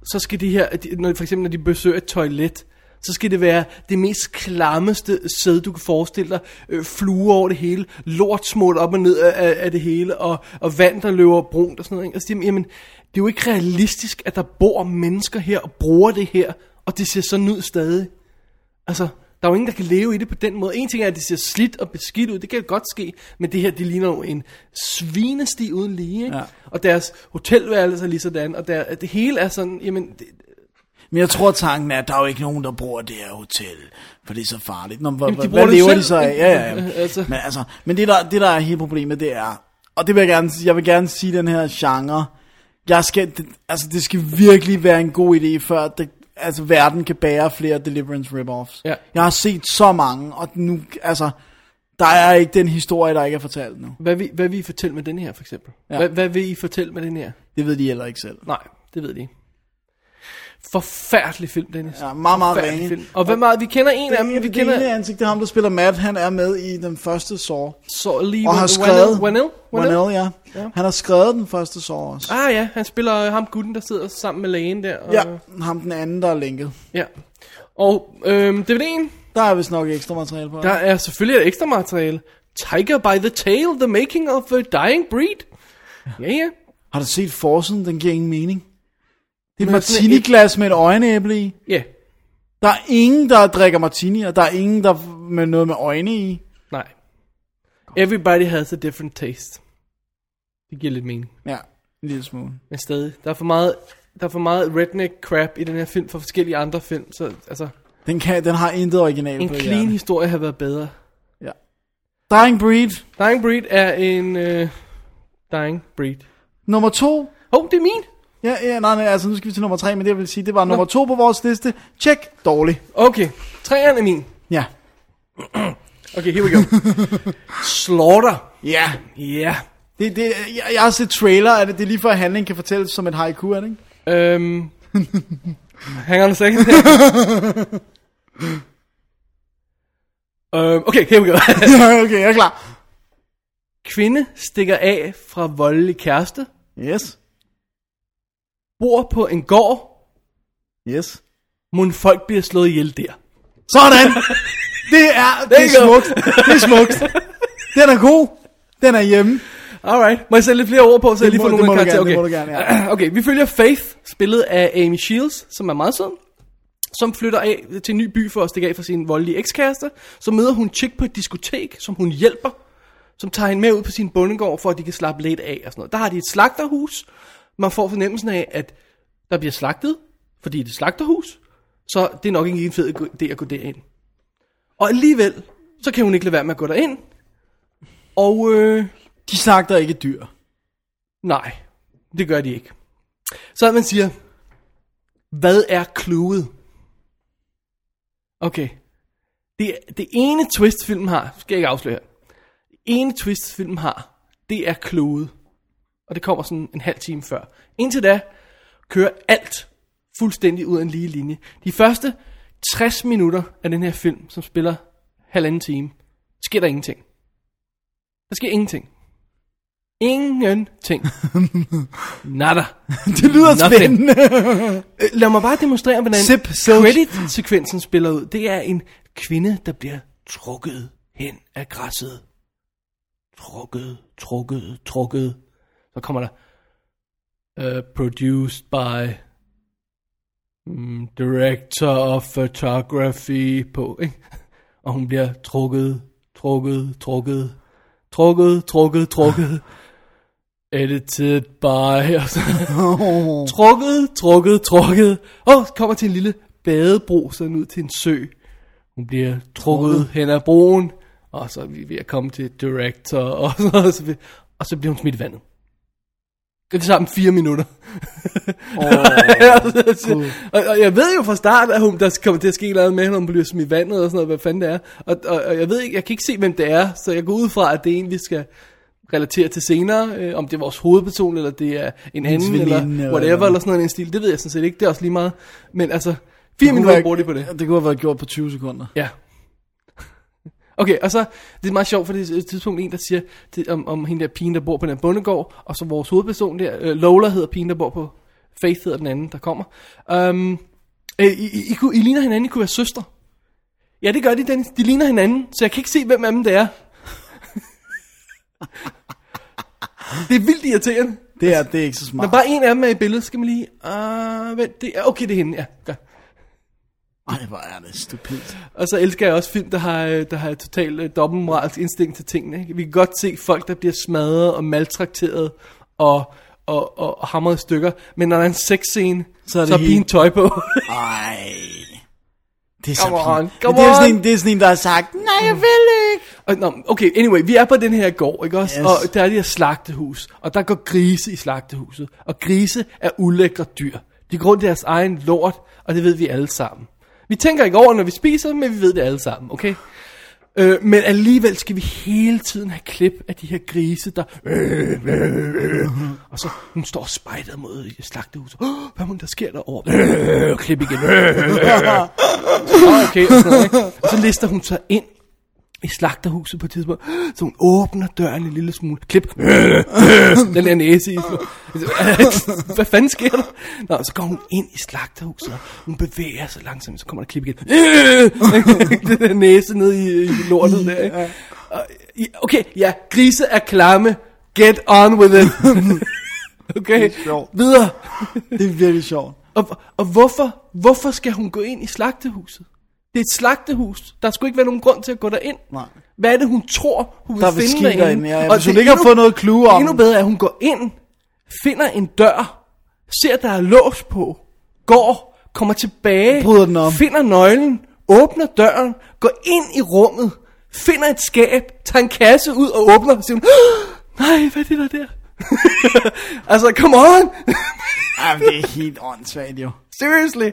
så skal de her, når, for eksempel når de besøger et toilet, så skal det være det mest klammeste sæd, du kan forestille dig. Øh, fluer over det hele, lort smurt op og ned af, af det hele, og, og vand, der løber brunt og sådan noget. Ikke? Altså, jamen, det er jo ikke realistisk, at der bor mennesker her og bruger det her, og det ser sådan ud stadig. Altså, der er jo ingen, der kan leve i det på den måde. En ting er, at det ser slidt og beskidt ud, det kan godt ske, men det her, det ligner jo en svinesti uden lige, ikke? Ja. Og deres hotelværelse er lige sådan, og der, det hele er sådan, jamen... Det, Men jeg tror, tanken er, at der er jo ikke nogen, der bruger det her hotel, for det er så farligt. Nå, Jamen, de hvad, hvad det lever selv, de så af? Ja, ja, ja. altså. Men, altså, men det, der, det, der er hele problemet, det er, og det vil jeg gerne sige, jeg vil gerne sige, den her genre, jeg skal, det, altså, det skal virkelig være en god idé, før det, altså, verden kan bære flere Deliverance rip-offs. Ja. Jeg har set så mange, og nu, altså, der er ikke den historie, der ikke er fortalt nu. Hvad vil, hvad vil I fortælle med den her, for eksempel? Ja. Hvad, hvad vil I fortælle med den her? Det ved de heller ikke selv. Nej, det ved de ikke. Forfærdelig film, Dennis. Ja, meget, meget Forfærdelig ringe. film. Og hvad meget, vi kender en af dem, vi det kender... ene ansigt, det er ham, der spiller Matt, han er med i den første Saw. Så lige Og har skrevet... Wanell? Wanell, ja. ja. Han har skrevet den første Saw også. Ah ja, han spiller ham gutten, der sidder sammen med lægen der. Og, Ja, ham den anden, der er lænket. ja. Og øhm, D V D'en, Der er vist nok ekstra materiale på. der er selvfølgelig et ekstra materiale. Tiger by the Tail, The Making of a Dying Breed. Ja, ja. Har du set forsiden? Den giver ingen mening. Det er et Men sådan martini-glas med et øjenæble i. Ja, Der er ingen, der drikker martini, og der er ingen, der med noget med øjne i. nej. Everybody has a different taste. Det giver lidt mening. Ja, en lille smule. Men stadig, der er for meget, der er for meget redneck crap i den her film for forskellige andre film. Så altså, Den, kan, den har intet original en på clean hjernen. historie har været bedre. Ja. Dying Breed. Dying Breed er en uh, Dying Breed. Nummer to. Åh, oh, det er min. Ja, ja, nej, nej, altså nu skal vi til nummer tre, men det jeg vil sige, det var nummer to på vores liste. Check. Dårlig. Okay, treeren er min. Ja. Okay, here we go. Slaughter. Ja. Ja. Det, det, jeg, jeg har set trailer af det. Det er lige for, at handling kan fortælles som et haiku, er det ikke? Øhm. Hang on a second. øhm, okay, here we go. Okay, jeg er klar. Kvinde stikker af fra voldelig kæreste. Yes. Bor på en gård. Yes. Mon folk bliver slået ihjel der. Sådan. Det er, det er smukt. Det er smukt. Den er god. Den er hjemme. Alright, må jeg sætte lidt flere ord på, så jeg lige må- får det nogle må du karakterer? gerne, Okay. det må du gerne, ja. Okay, vi følger Faith, spillet af Amy Shields, som er meget sød, som flytter af til en ny by for at stikke af fra sin voldelige ekskæreste. Så møder hun chick på et diskotek, som hun hjælper, som tager hende med ud på sin bondegård, for at de kan slappe lidt af og sådan noget. Der har de et slagterhus. Man får fornemmelsen af, at der bliver slagtet, fordi det er et slagterhus, så det er nok ikke en fed idé at gå derind. Og alligevel, så kan hun ikke lade være med at gå derind. Og øh, De slagter ikke dyr. nej, det gør de ikke. Så man siger, hvad er cluet? Okay. Det, det ene twist filmen har, skal jeg ikke afsløre her. Det ene twist filmen har, det er cluet. Og det kommer sådan en halv time før. Indtil da kører alt fuldstændig ud af en lige linje. De første tres minutter af den her film, som spiller halvanden time, sker der ingenting. Der sker ingenting. Ingenting. Nada. Det lyder Nothing. spændende. Øh, Lad mig bare demonstrere, hvordan Sip, silk. credit-sekvensen spiller ud. Det er en kvinde, der bliver trukket hen af græsset. Trukket, trukket, trukket. Så kommer der uh, produced by um, director of photography på, ikke? Og hun bliver trukket, trukket, trukket, trukket, trukket, trukket. Edited by og så, Oh. trukket, trukket, trukket. Og kommer til en lille badebro, sådan ud til en sø. Hun bliver trukket hen ad broen, og så er vi ved at komme til director, og så, og så, og så bliver hun smidt i vandet. Det er sammen fire minutter. Oh. og, og jeg ved jo fra start, at hun, der kommer til at ske noget med, når hun bliver smidt i vandet og sådan noget, hvad fanden det er. Og, og, og jeg ved ikke, jeg kan ikke se, hvem det er, så jeg går ud fra, at det er en, vi skal relatere til senere, øh, om det er vores hovedperson, eller det er en anden, veninde, eller eller whatever, hvad. eller sådan noget en stil. Det ved jeg sådan set ikke, det er også lige meget. Men altså, fire kunne minutter være- bruger de på det. Det kunne have været gjort på tyve sekunder. Ja. Okay, og så, det er meget sjovt, for det er et tidspunkt en, der siger til, om, om hende der pigen, der bor på den bondegård, og så vores hovedperson der, øh, Lola hedder pigen, der bor på Faith hedder den anden, der kommer. Um, I, I, I, kunne, I ligner hinanden, I kunne være søstre. Ja, det gør de, Dennis. De ligner hinanden, så jeg kan ikke se, hvem af dem det er. Det er vildt irriterende. Det er, det er ikke så smart. Når bare en af dem er i billedet, skal man lige... Uh, vent, det er, okay, det er hende, ja. Gør. Ej, hvor er det stupidt. Og så elsker jeg også film, der har, der har totalt uh, dobbeltmoralsk instinkt til tingene. Ikke? Vi kan godt se folk, der bliver smadret og maltrakteret og, og, og, og hamret i stykker. Men når der er en sexscene, så er, så er pigen tøj på. Ej... Det er så come on, come come det, er sådan on. en, det er sådan en, der har sagt, nej, jeg vil ikke. Og, no, okay, anyway, vi er på den her gård, ikke også? Yes. Og der er det her slagtehus, og der går grise i slagtehuset. Og grise er ulækre dyr. De går rundt i deres egen lort, og det ved vi alle sammen. Vi tænker ikke over, når vi spiser, men vi ved det alle sammen, okay? Øh, men alligevel skal vi hele tiden have klip af de her grise, der... Øh, øh, øh. Og så, hun står spejdet mod slagtehuset. Oh, hvad må der sker derovre? Øh, klip igen. Øh, øh. Så, okay, og, sådan noget, ikke? Og så lister hun sig ind i slagterhuset på et tidspunkt. Så hun åbner døren en lille smule. Klip. Den der næse i. Hvad fanden sker der? Nå, så går hun ind i slagterhuset. Hun bevæger sig langsomt. Så kommer der klip igen. Den der næse ned i, i lortet der. Ikke? Okay, ja. Grise er klamme. Get on with it. Okay, videre. Det er virkelig sjovt. Og, og hvorfor, hvorfor skal hun gå ind i slagtehuset? Det er et slagtehus. Der skulle ikke være nogen grund til at gå derind. Nej. Hvad er det, hun tror, hun vil der finde vil derinde? derinde, ja. Og hvis hun ikke har fået noget clue om... endnu bedre er, at hun går ind, finder en dør, ser, der er lås på, går, kommer tilbage, bryder den om. Finder nøglen, åbner døren, går ind i rummet, finder et skab, tager en kasse ud og åbner, og siger hun, nej, hvad er det der der? Altså, come on! Ej, det er helt åndssvagt, jo. Seriously.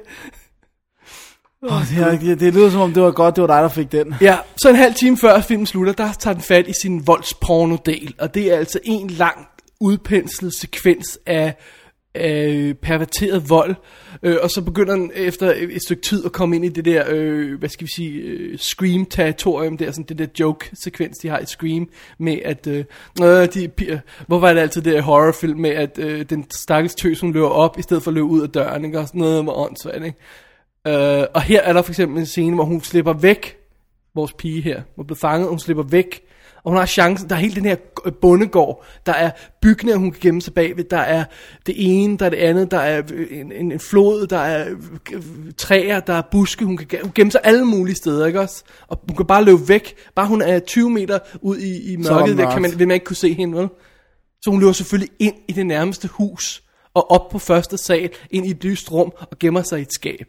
Oh, det, er, det, det lyder som om det var godt, det var dig, der fik den. Ja, så en halv time før filmen slutter, der tager den fat i sin voldsporno-del. Og det er altså en lang udpenslet sekvens af, af perverteret vold. Øh, og så begynder den efter et stykke tid at komme ind i det der, øh, hvad skal vi sige, øh, Scream-territorium. Det er sådan det der joke-sekvens, de har i Scream. Med at, øh, øh, de, øh, hvor var det altid det der horrorfilm med, at øh, den stakkels tøs, hun løber op, i stedet for at løbe ud af døren. Ikke? Og sådan noget med åndssvagt, ikke? Uh, og her er der for eksempel en scene, hvor hun slipper væk, vores pige her, hun er blevet fanget, og hun slipper væk, og hun har chancen, der er hele den her bondegård, der er bygninger, hun kan gemme sig bagved, der er det ene, der er det andet, der er en, en, en flod, der er træer, der er buske, hun kan hun gemme sig alle mulige steder, ikke også? Og hun kan bare løbe væk, bare hun er tyve meter ud i, i mørket, der kan man, vil man ikke kunne se hende, vel? Så hun løber selvfølgelig ind i det nærmeste hus, og op på første sal, ind i et lyst rum, og gemmer sig i et skab.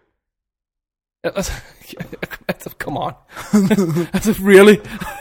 Altså, come on. Altså, really?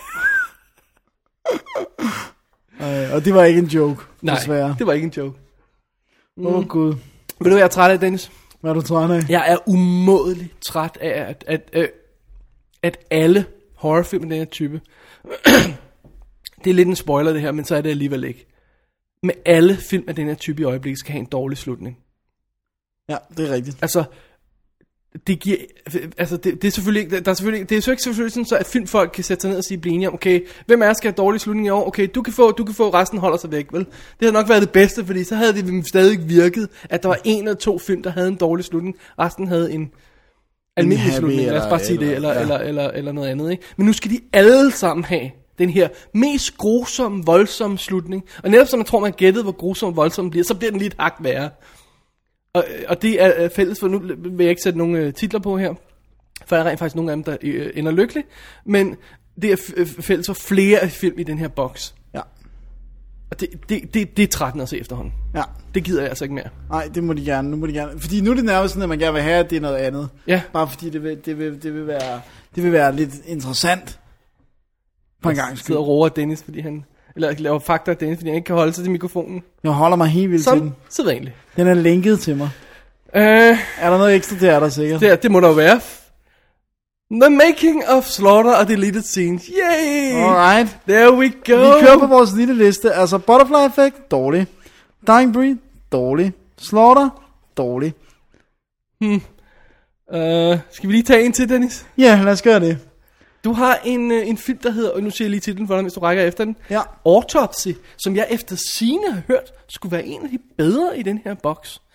Ej, og det var ikke en joke, Nej, desværre. det var ikke en joke. Åh, mm. oh, Gud. Ved du, hvad jeg er træt af, Dennis? Hvad er du træt af? Jeg er umådeligt træt af, at, at, at, at alle horrorfilm af den her type, det er lidt en spoiler det her, men så er det alligevel ikke. Med alle film af den her type i øjeblikket skal have en dårlig slutning. Ja, det er rigtigt. Altså, det giver, altså det, det er selvfølgelig ikke, der er selvfølgelig, det er ikke selvfølgelig sådan, så at filmfolk kan sætte sig ned og sige, blive enige om, okay, hvem er skal have dårlig slutning i år? Okay, du kan få, du kan få, resten holder sig væk, vel? Det havde nok været det bedste, fordi så havde det stadig virket, at der var en eller to film, der havde en dårlig slutning, resten havde en almindelig happy, slutning, lad os bare sige eller, det, eller, ja. eller, eller, eller noget andet, ikke? Men nu skal de alle sammen have den her mest grusomme, voldsomme slutning, og netop som man tror, man gættede, hvor grusom og voldsom den bliver, så bliver den lige et hak værre. Og, og det er fælles for, nu vil jeg ikke sætte nogle øh, titler på her, for jeg er rent faktisk nogle af dem, der øh, ender lykkeligt, men det er f- fælles for flere af film i den her boks. Ja. Og det, det, det, det er trættende at se efterhånden. Ja. Det gider jeg altså ikke mere. Nej, det må de gerne, nu må de gerne. Fordi nu er det nærmest sådan, at man gerne vil have, at det er noget andet. Ja. Bare fordi det vil, det vil, det vil, være, det vil være lidt interessant. På en gang Jeg skyld. sidder og roer Dennis, fordi han, eller laver fakta af Dennis, fordi han ikke kan holde sig til mikrofonen. Jeg holder mig helt vildt til Som den. sædvanligt. Den er linket til mig. Øh, Er der noget ekstra, det er der sikkert. det, det må der jo være. The Making of Slaughter og Deleted Scenes. Yay! Alright. There we go. Vi kører på vores lille liste. Altså Butterfly Effect, dårlig. Dying Breed, dårlig. Slaughter, dårlig. Hmm. Uh, skal vi lige tage en til, Dennis? Ja, lad os gøre det. Du har en, uh, en film, der hedder, og nu siger jeg lige titlen for dig, hvis du rækker efter den. Ja. Autopsy, som jeg efter sigende har hørt, skulle være en af de bedre i den her boks.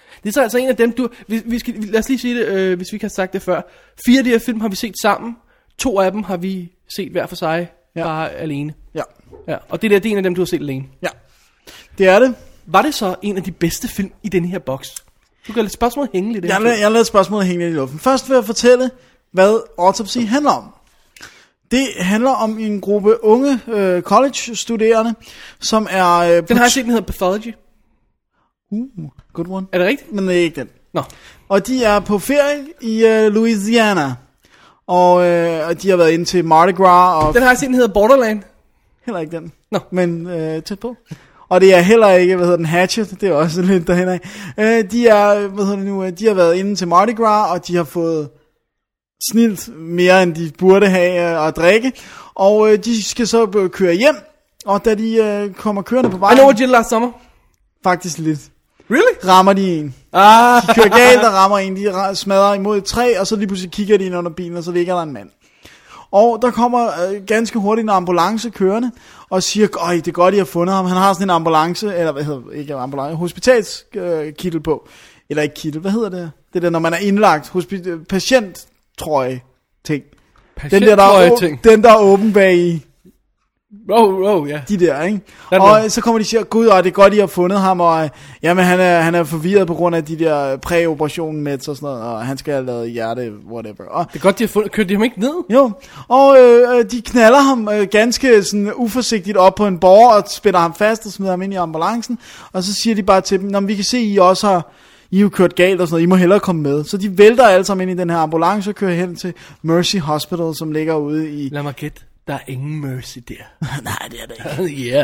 Det er så altså en af dem, du... Vi, vi skal, lad os lige sige det, øh, hvis vi ikke har sagt det før. Fire af de her film har vi set sammen. To af dem har vi set hver for sig, ja. Bare alene. Ja. Ja. Og det der, det er en af dem, du har set alene. Ja, det er det. Var det så en af de bedste film i denne her boks? Du kan lade spørgsmålet hænge lidt. Jeg, jeg lader spørgsmålet hænge lidt i luften. Først vil jeg fortælle, hvad Autopsy handler om. Det handler om en gruppe unge øh, college-studerende, som er... Øh, den har jeg set, den hedder Pathology. Uh, good one. Er det rigtigt? Men det er ikke den. Nå. Og de er på ferie i øh, Louisiana. Og øh, de har været inde til Mardi Gras. Og den har jeg set, den hedder Borderland. Heller ikke den. Nå. Men øh, tæt på. Og det er heller ikke, hvad hedder den, Hatchet. Det er også lidt derhen af. Øh, de er, hvad hedder det nu, de har været inde til Mardi Gras, og de har fået snilt mere, end de burde have øh, at drikke. Og øh, de skal så køre hjem. Og da de øh, kommer kørende på vejen... I know what you did last summer. Faktisk lidt. Really? Rammer de en. Ah. De kører galt og rammer en. De smadrer imod et træ, og så lige pludselig kigger de ind under bilen, og så ligger der en mand. Og der kommer øh, ganske hurtigt en ambulance kørende, og siger, øj, det er godt, I har fundet ham. Han har sådan en ambulance, eller hvad hedder ikke ambulance, hospitalskittel øh, på. Eller ikke kittel, hvad hedder det? Det der, når man er indlagt. Hospi- patient-trøje ting. Patient-trøje ting. Den der er åben bag i. Oh, oh, ja. Yeah. De der, ikke? Og så kommer de og siger, gud, og det er godt, I har fundet ham, og jamen, han er, han er forvirret på grund af de der præoperationen med og sådan noget, og han skal have lavet hjerte, whatever. Og, det er godt, de har fundet, kørte de ham ikke ned? Jo, og øh, de knaller ham øh, ganske sådan uforsigtigt op på en borger, og spænder ham fast og smider ham ind i ambulancen, og så siger de bare til dem, nå, vi kan se, I også har, I er jo kørt galt og sådan noget, I må hellere komme med. Så de vælter alle sammen ind i den her ambulance og kører hen til Mercy Hospital, som ligger ude i... Lad mig gætte. Der er ingen mercy der. Nej, det er det ikke. Ja.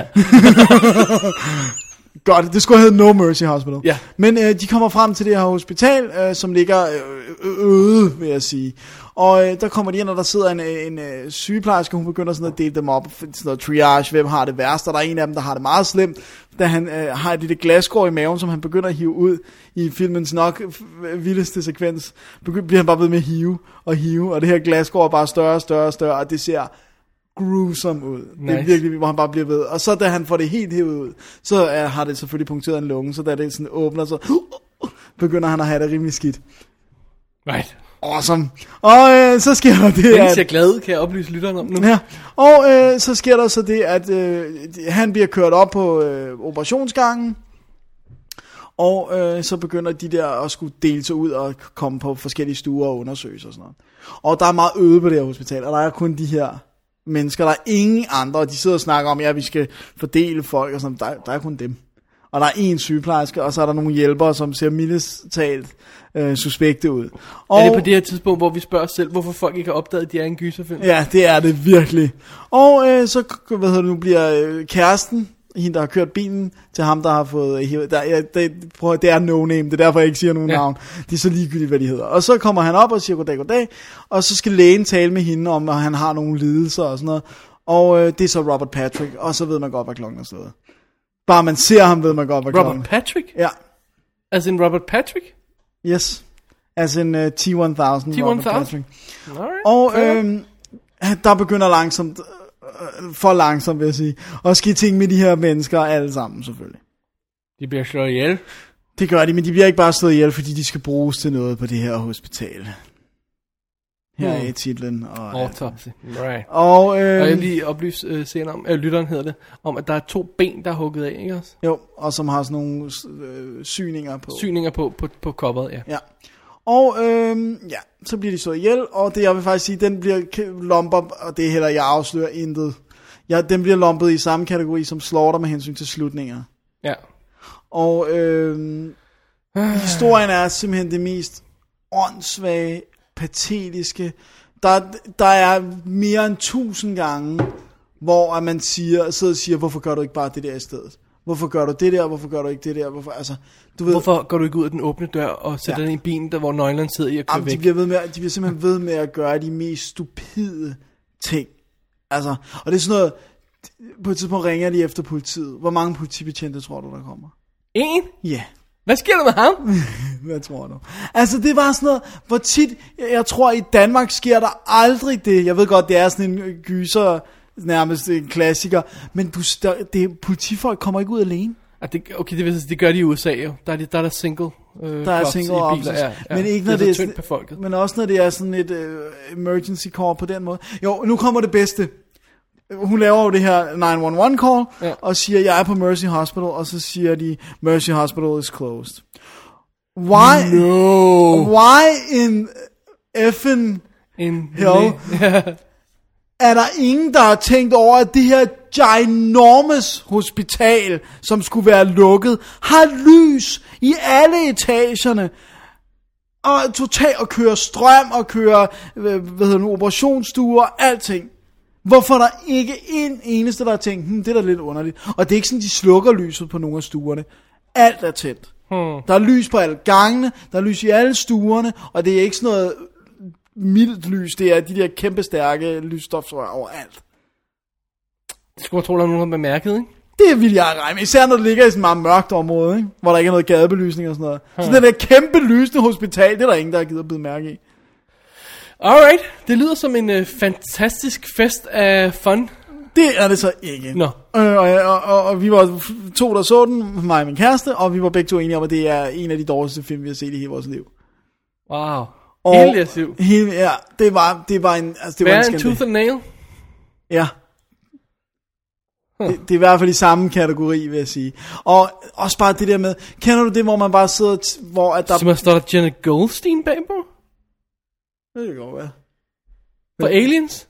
Godt, det skulle hedde No Mercy Hospital. Ja. Men øh, de kommer frem til det her hospital, øh, som ligger øh, øde, vil jeg sige. Og øh, der kommer de ind, og der sidder en, en øh, sygeplejerske, hun begynder sådan at dele dem op, sådan noget triage, hvem har det værst, og der er en af dem, der har det meget slemt, da han øh, har et lille glasskår i maven, som han begynder at hive ud i filmens nok vildeste sekvens. Begynder, bliver han bare ved med at hive og hive, og det her glasskår er bare større og større og større, og det ser... gruesome ud. Nice. Det er virkelig, hvor han bare bliver ved. Og så da han får det helt hævet ud, så uh, har det selvfølgelig punkteret en lunge, så da det sådan åbner, så uh, begynder han at have det rimelig skidt. Right. Awesome. Og øh, så sker der det, at... ser glad ud, kan jeg oplyse lytteren om nu. Ja. Og øh, så sker der så det, at øh, han bliver kørt op på øh, operationsgangen, og øh, så begynder de der at skulle dele sig ud og komme på forskellige stuer og undersøges og sådan noget. Og der er meget øde på det her hospital, og der er kun de her mennesker, der er ingen andre, og de sidder og snakker om, ja, vi skal fordele folk og sådan, der, der er kun dem. Og der er en sygeplejerske, og så er der nogle hjælpere, som ser mildest talt øh, suspekte ud. Og, er det på det her tidspunkt, hvor vi spørger os selv, hvorfor folk ikke har opdaget, at de er en gyserfilm? Ja, det er det virkelig. Og øh, så, hvad hedder det nu, bliver øh, kæresten, hende der har kørt bilen, til ham der har fået, der, ja, det, prøv, det er no name, det er derfor jeg ikke siger nogen ja. navn. Det er så ligegyldigt, hvad de hedder. Og så kommer han op og siger goddag, goddag, og så skal lægen tale med hende om, at han har nogle lidelser og sådan noget. Og øh, det er så Robert Patrick, og så ved man godt, hvad klokken er slået. Bare man ser ham, ved man godt, hvad klokken er. Robert Patrick? Ja. As in Robert Patrick? Yes. As in uh, T tusind, Robert Patrick. Alright. Og øh, der begynder langsomt... for langsomt, vil jeg sige. Og ske ting med de her mennesker, alle sammen selvfølgelig. De bliver slået ihjel. Det gør de, men de bliver ikke bare slået ihjel, fordi de skal bruges til noget på det her hospital. Her hmm. er titlen. Og, Autopsy. Right. Og, øh, og jeg vil lige oplyse øh, senere om, øh, lytteren hedder det, om at der er to ben, der er hugget af, ikke også? Jo, og som har sådan nogle øh, syninger på. Syninger på, på, på coveret, ja. Ja. Og øh, ja, så bliver de så ihjel, og det jeg vil faktisk sige, den bliver lumper, og det er heller, jeg afslører intet. Ja, den bliver lumpet i samme kategori som Slaughter med hensyn til slutninger. Ja. Og øh, historien er simpelthen det mest åndssvage, patetiske. Der, der er mere end tusind gange, hvor man siger, sidder og siger, hvorfor gør du ikke bare det der i stedet? Hvorfor gør du det der? Hvorfor gør du ikke det der? Hvorfor, altså, du ved, Hvorfor går du ikke ud af den åbne dør og sætter ja. den i bilen, der hvor nøglerne sidder i og kører Jamen, væk? De bliver, ved med, de bliver simpelthen ved med at gøre de mest stupide ting. Altså, og det er sådan noget, på et tidspunkt ringer de efter politiet. Hvor mange politibetjente tror du, der kommer? En? Ja. Hvad sker der med ham? Hvad tror du? Altså, det var sådan noget, hvor tit, jeg tror i Danmark sker der aldrig det. Jeg ved godt, det er sådan en gyser, nærmest en klassiker, men du, der, det, politifolk kommer ikke ud alene. Det, okay, det, vil, det gør de i U S A jo. Der er, der er der single øh, Der er cops single i biler. officers, Ja, ja. men ikke når det er det så er tyndt befolket. men også når det er sådan et uh, emergency call på den måde. Jo, nu kommer det bedste. Hun laver jo det her nine one one call, Ja. og siger, jeg er på Mercy Hospital, og så siger de, Mercy Hospital is closed. Why? No. Why in effing En hell er der ingen, der har tænkt over, at det her ginormous hospital, som skulle være lukket, har lys i alle etagerne, og totalt at køre strøm, og køre hvad hedder det, operationsstuer, alting. Hvorfor er der ikke en eneste, der har tænkt, hm, det er da lidt underligt. Og det er ikke sådan, de slukker lyset på nogle af stuerne. Alt er tændt. Hmm. Der er lys på alle gangene, der er lys i alle stuerne, og det er ikke sådan noget mildt lys, det er de der kæmpe stærke lysstofsrør overalt. Det skulle jeg tro, der er nogen, der har bemærket, ikke? Det vil jeg regne med, især når det ligger i sådan et meget mørkt område, ikke? Hvor der ikke er noget gadebelysning og sådan noget. Hmm. Så det der kæmpe lysende hospital, det er der ingen, der har givet at bide mærke i. Alright, det lyder som en øh, fantastisk fest af fun. Det er det så ikke. Nå. Øh, og, og, og, og vi var to, der så den, mig og min kæreste, og vi var begge to enige om, at det er en af de dårligste film, vi har set i hele vores liv. Wow. Og Helt læsiv. hele, ja, det var, det var en, altså det var en Hvad er en skandal. tooth and nail? Ja. Huh. Det, det er i hvert fald i samme kategori, vil jeg sige. Og også bare det der med, kender du det, hvor man bare sidder, t- hvor at der... Så man står der Jenna Goldstein bagpå? Det kan godt være. For Aliens?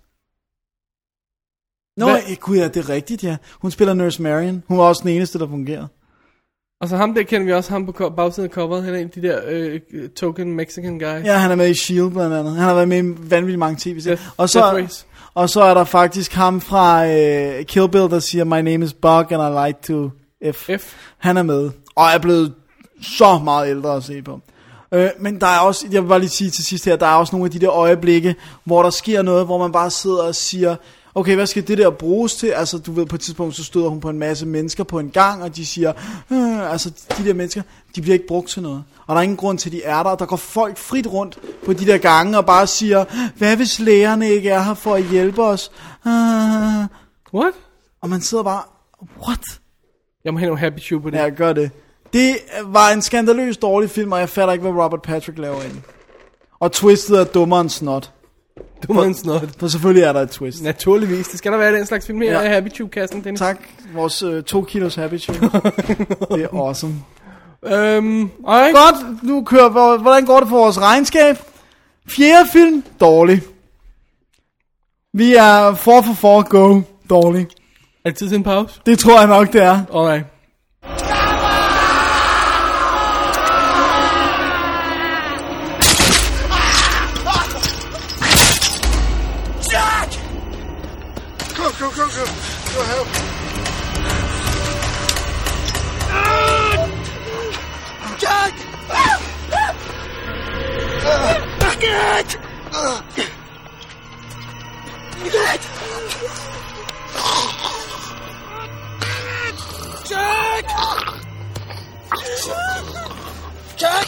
Nå, Hvad? gud ja, det er rigtigt, ja. Hun spiller Nurse Marion. Hun var også den eneste, der fungerede. Og så ham der kender vi også, ham på co- bagsiden af coveret. Han er en af de der øh, token Mexican guys. Ja, han er med i Shield blandt andet. Han har været med i vanvittigt mange tv-serier. Death- Og så, Death Race. og så er der faktisk ham fra øh, Kill Bill, der siger, my name is Bug, and I like to F. F. Han er med, og er blevet så meget ældre at se på. Øh, men der er også, jeg vil bare lige sige til sidst her, der er også nogle af de der øjeblikke, hvor der sker noget, hvor man bare sidder og siger, okay, hvad skal det der bruges til? Altså, du ved, på et tidspunkt, så støder hun på en masse mennesker på en gang, og de siger, øh, altså, de der mennesker, de bliver ikke brugt til noget. Og der er ingen grund til, at de er der. Der går folk frit rundt på de der gange, og bare siger, hvad hvis lægerne ikke er her for at hjælpe os? Øh, What? og man sidder bare, what? Jeg må have nogle happy shoe på det. Ja, gør det. Det var en skandaløs dårlig film, og jeg fatter ikke, hvad Robert Patrick laver inde. Og twistet er dummere end snot. Du må en snot. For selvfølgelig er der et twist. Naturligvis. Det skal der være den slags film her Ja. i Happy Shoe-kassen, Dennis. Tak, vores øh, to kilos happy show. Det er awesome. Øhm, alright. Godt, nu kører vi. Hvordan går det for vores regnskab? Fjerde film, dårlig. Vi er four for four, go, dårlig. Er det tid til en pause? Det tror jeg nok, det er. Alright. Go, go, go, go. Go help. Jack! Jack! Jack! Jack!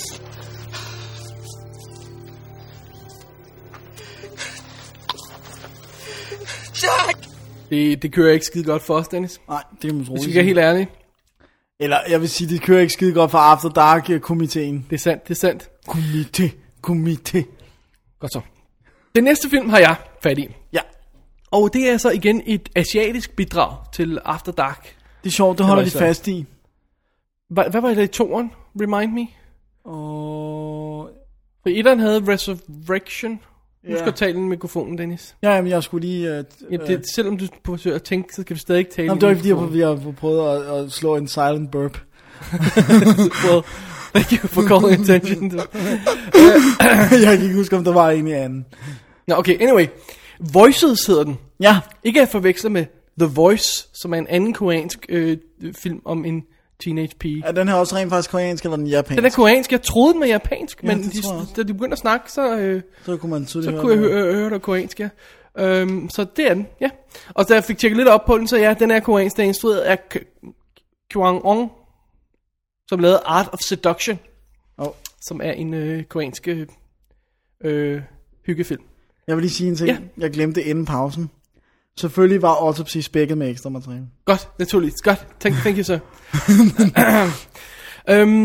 Jack! Det, det kører ikke skide godt for os, Dennis. Nej, det kan man tro. Hvis vi er helt ærlige. Eller jeg vil sige, det kører ikke skide godt for After Dark-komiteen. Det er sandt, det er sandt. Komité, komité. Godt så. Den næste film har jeg fat i. Ja, Og det er så igen et asiatisk bidrag til After Dark. det er sjovt, det holder var de så- fast i. Hvad, hvad var det i toeren? Remind me. Og... For etteren havde Resurrection. Husk Ja. at tale i mikrofonen, Dennis. Ja, men jeg skulle lige... Uh, Ja, det, selvom du forsøger at tænke, så kan vi stadig ikke tale Jamen, i det var ikke fordi, mikrofonen. jeg, jeg prøvede at, at slå en silent burp. Well, thank you for calling attention to. Jeg kan ikke huske, om der var en i anden. Nå, okay, anyway. Voices hedder den. Ja, Ikke at forveksle med The Voice, som er en anden koreansk øh, film om en teenage pige. er den her også rent faktisk koreansk, eller den japansk? Den er koreansk. Jeg troede den var japansk, Ja, men det de, tror jeg også. da de begyndte at snakke, så, øh, Så kunne man tydeligt så høre kunne jeg det. høre, høre, høre det koreansk, ja. Øhm, så det er den, ja. Og da jeg fik tjekket lidt op på den, så ja, den er koreansk. Den er instrueret af K- Kwang Ong, som lavede Art of Seduction, Oh. som er en øh, koreansk øh, hyggefilm. Jeg vil lige sige en ting. Ja. Jeg glemte inden pausen. Selvfølgelig var Autopsy spækket med ekstra materiale. Godt, naturligt. Godt. Thank, thank you, sir. øhm,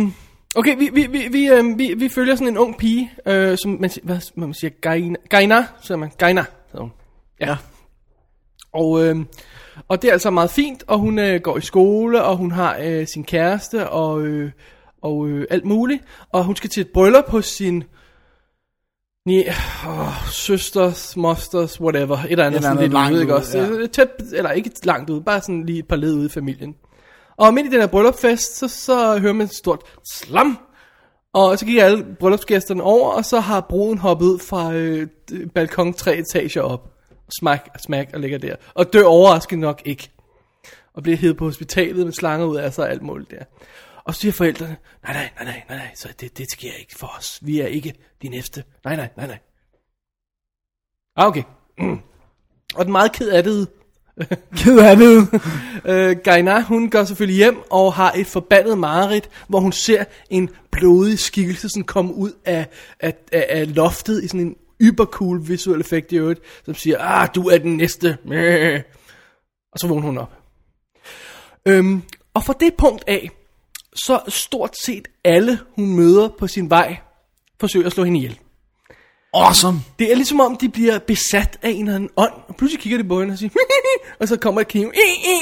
Okay, vi, vi, vi, vi, øh, vi, vi følger sådan en ung pige, øh, som man, hvad, man siger, Gaina, Gaina, siger man, Gaina, hedder hun. Ja. ja. Og, øh, og det er altså meget fint, og hun øh, går i skole, og hun har øh, sin kæreste, og, øh, og øh, alt muligt. Og hun skal til et bryllup hos sin ja, oh, søsters, mosters, whatever, et eller andet, sådan lidt langt ude, ikke også? Ja. Tæt, eller ikke langt ude, bare sådan lige et par led ude i familien. Og midt i den her bryllupfest, så, så hører man et stort slam. Og så gik alle bryllupsgæsterne over, og så har bruden hoppet ud fra øh, balkon tre etager op. Smak, smak og ligger der. Og dør overraskende nok ikke. Og bliver hævet på hospitalet med slanger ud af sig og alt muligt der. Og så siger forældrene, nej, nej, nej, nej, nej, nej, så det, det sker ikke for os. Vi er ikke de næste. Nej, nej, nej, nej. Ah, okay. Mm. Og den meget ked af det. Ked af det. øh, Gaina, hun går selvfølgelig hjem og har et forbandet mareridt, hvor hun ser en blodig skikkelse sådan komme ud af, af, af, af loftet i sådan en ybercool visuel effekt i øvrigt, som siger, ah, du er den næste. Og så vågner hun op. Øhm, og fra det punkt af, så stort set alle, hun møder på sin vej, forsøger at slå hende ihjel. Awesome. Det er ligesom om, de bliver besat af en eller anden ånd, og pludselig kigger de på hende og siger, og så kommer et kniv.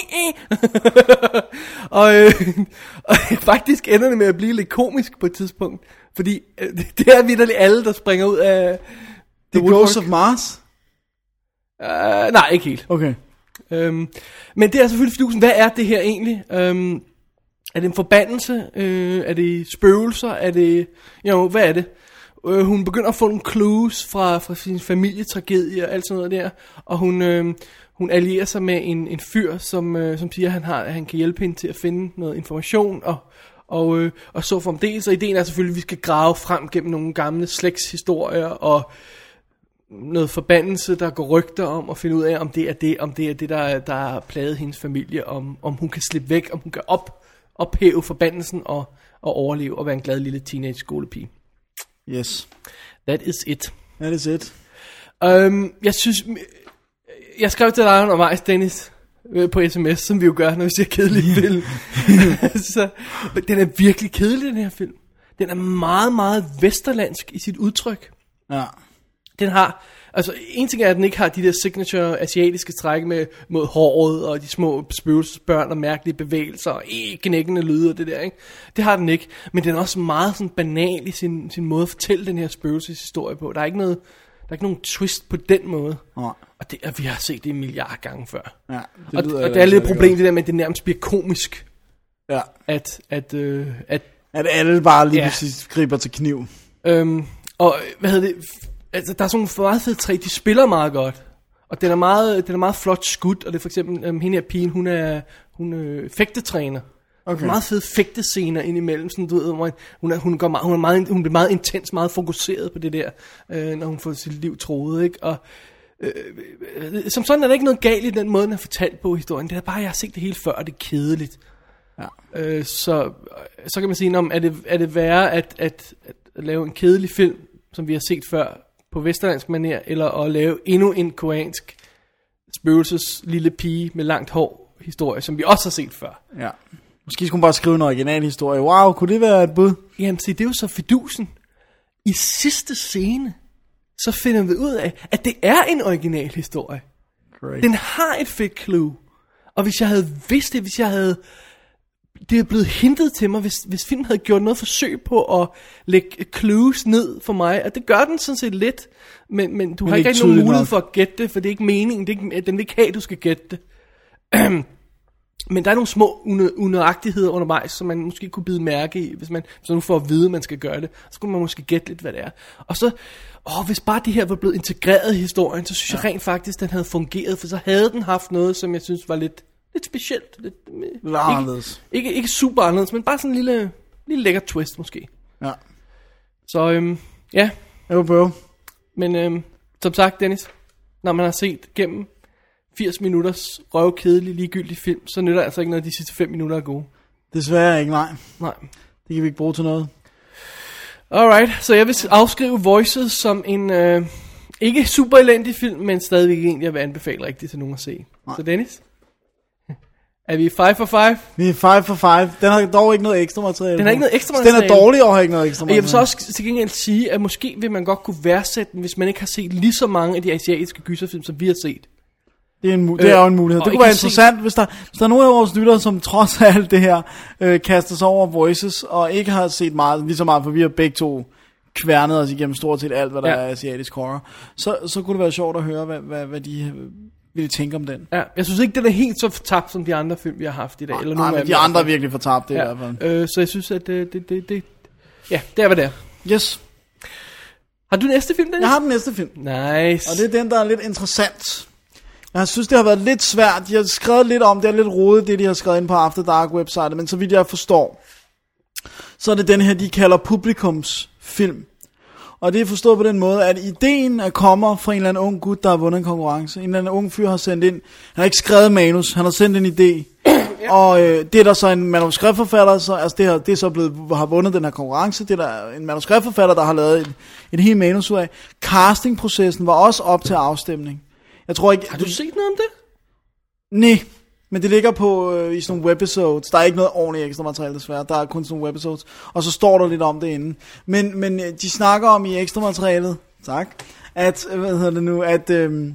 og, øh, og faktisk ender det med at blive lidt komisk på et tidspunkt, fordi øh, det er vitterligt alle, der springer ud af The, The Ghost of Mars? Uh, nej, ikke helt. Okay. Øhm, men det er selvfølgelig fidusen, hvad er det her egentlig? Øhm, er det en forbandelse? Øh, er det spøgelser? Er det, jo, hvad er det? Øh, hun begynder at få nogle clues fra, fra sin familietragedie og alt sådan noget der, og hun, øh, hun allierer sig med en, en fyr, som, øh, som siger, at han, har, at han kan hjælpe hende til at finde noget information, og, og, øh, og så fremdeles. Og ideen er selvfølgelig, at vi skal grave frem gennem nogle gamle slægtshistorier, og noget forbandelse, der går rygter om, og finde ud af, om det er det, om det er det, der, der har plaget hendes familie, om, om hun kan slippe væk, om hun kan op, ophæve forbandelsen og, og overleve, og være en glad lille teenage skolepige. Yes. That is it. That is it. Um, jeg synes, jeg skrev til dig undervejs, Dennis, på sms, som vi jo gør, når vi ser kedelig film. Så, den er virkelig kedelig, den her film. Den er meget, meget vesterlandsk i sit udtryk. Ja. Den har, altså en ting er, at den ikke har de der signature asiatiske træk med mod håret og de små spøgelsesbørn og mærkelige bevægelser og øh, knækkende lyde og det der, ikke? Det har den ikke, men den er også meget sådan banal i sin, sin måde at fortælle den her spøgelseshistorie på. Der er ikke noget, der er ikke nogen twist på den måde. Ja. Og det, og vi har set det en milliard gange før. Ja, det og, og det er lidt et problem det der med, at det nærmest bliver komisk. Ja. At, at, øh, at, at alle bare lige ja. præcis griber til kniv. Øhm, og hvad hedder det... Altså, der er sådan nogle meget fede træ, de spiller meget godt. Og den er meget, den er meget flot skudt. Og det er for eksempel, um, hende her pigen, hun er, hun er fægtetræner. Okay. Meget fede fægtescener indimellem. Sådan, du ved, hvor hun, er, hun, går meget, hun, er meget, hun bliver meget intens, meget fokuseret på det der, øh, når hun får sit liv troet, ikke? Og øh, øh, som sådan er der ikke noget galt i den måde, den er fortalt på historien. Det er bare, jeg har set det hele før, og det er kedeligt. Ja. Øh, så, så kan man sige, om er det, er det værre at, at, at lave en kedelig film, som vi har set før, på vesterlandsk manér, eller at lave endnu en koreansk spøgelses lille pige med langt hår historie, som vi også har set før. Ja. Måske skulle man bare skrive en original historie. Wow, kunne det være et bud? Jamen, se, det er jo så fidusen. I sidste scene, så finder vi ud af, at det er en original historie. Great. Den har et fedt clue. Og hvis jeg havde vidst det, hvis jeg havde... Det er blevet hintet til mig, hvis, hvis filmen havde gjort noget forsøg på at lægge clues ned for mig. Og det gør den sådan set lidt. Men, men du men har ikke rigtig nogen mulighed nok. for at gætte det, for det er ikke meningen. Det er ikke, den vil ikke have, at du skal gætte det. Men der er nogle små unøjagtigheder undervejs, som man måske kunne bide mærke i, hvis man, hvis man nu får at vide, at man skal gøre det. Så kunne man måske gætte lidt, hvad det er. Og så, åh, hvis bare det her var blevet integreret i historien, så synes ja. jeg rent faktisk, den havde fungeret. For så havde den haft noget, som jeg synes var lidt... Lidt specielt. Lidt, lidt anderledes. Ikke, ikke, ikke super anderledes, men bare sådan en lille, lille lækker twist måske. Ja. Så øhm, ja. Jo, bro. Men øhm, som sagt, Dennis, når man har set gennem firs minutters røvkedelig ligegyldig film, så nytter altså ikke noget, de sidste fem minutter er gode. Desværre ikke, nej. Nej. Det kan vi ikke bruge til noget. Alright, så jeg vil afskrive Voices som en øh, ikke super elendig film, men stadigvæk en, jeg vil anbefale rigtigt til nogen at se. Nej. Så Dennis? Er vi five for five? Vi er five for five. Den har dog ikke noget ekstra materiale. Den har ikke noget ekstra Så materiale. Den er dårlig og har ikke noget ekstra Og jeg vil materiale. så også til gengæld sige, at måske vil man godt kunne værdsætte den, hvis man ikke har set lige så mange af de asiatiske gyserfilm, som vi har set. Det er, en, mu- det er jo en mulighed. og Det ikke kunne være har set- interessant, hvis der, hvis der er nogen af vores lyttere, som trods alt det her, øh, kaster sig over Voices, og ikke har set meget, lige så meget, for vi har begge to kværnet os igennem stort set alt, hvad der Ja. er asiatisk horror. Så, så kunne det være sjovt at høre, hvad, hvad, hvad de øh, ville tænke om den. Ja, jeg synes ikke, den er helt så fortabt, som de andre film, vi har haft i dag. Eller Nej, nogle af men dem de i hvert andre er fald. virkelig fortabt, det er i hvert fald. Ja, øh, så jeg synes, at det, det, det, det, ja, det er hvad det er. Yes. Har du næste film, Dennis? Jeg har den næste film, Nice. og det er den, der er lidt interessant. Jeg synes, det har været lidt svært. De har skrevet lidt om, det er lidt rodet, det de har skrevet ind på After Dark website, men så vidt jeg forstår, så er det den her, de kalder publikumsfilm. Og det er forstået på den måde, at ideen er kommer fra en eller anden ung gut, der har vundet en konkurrence. En eller anden ung fyr har sendt ind, han har ikke skrevet manus, han har sendt en idé. Og øh, det er der så en manuskriptforfatter, så, altså det, her, det er så blevet, har vundet den her konkurrence, det er der en manuskriptforfatter, der har lavet en, en hel manus ud af. Castingprocessen var også op til afstemning. Jeg tror ikke... Har du set noget om det? Nej, men det ligger på øh, i sådan nogle webisodes. Der er ikke noget ordentligt ekstra materiale desværre. Der er kun sådan nogle webisodes. Og så står der lidt om det inde. Men, men øh, de snakker om i ekstra materialet, tak, at, øh, hvad hedder det nu, at, øh,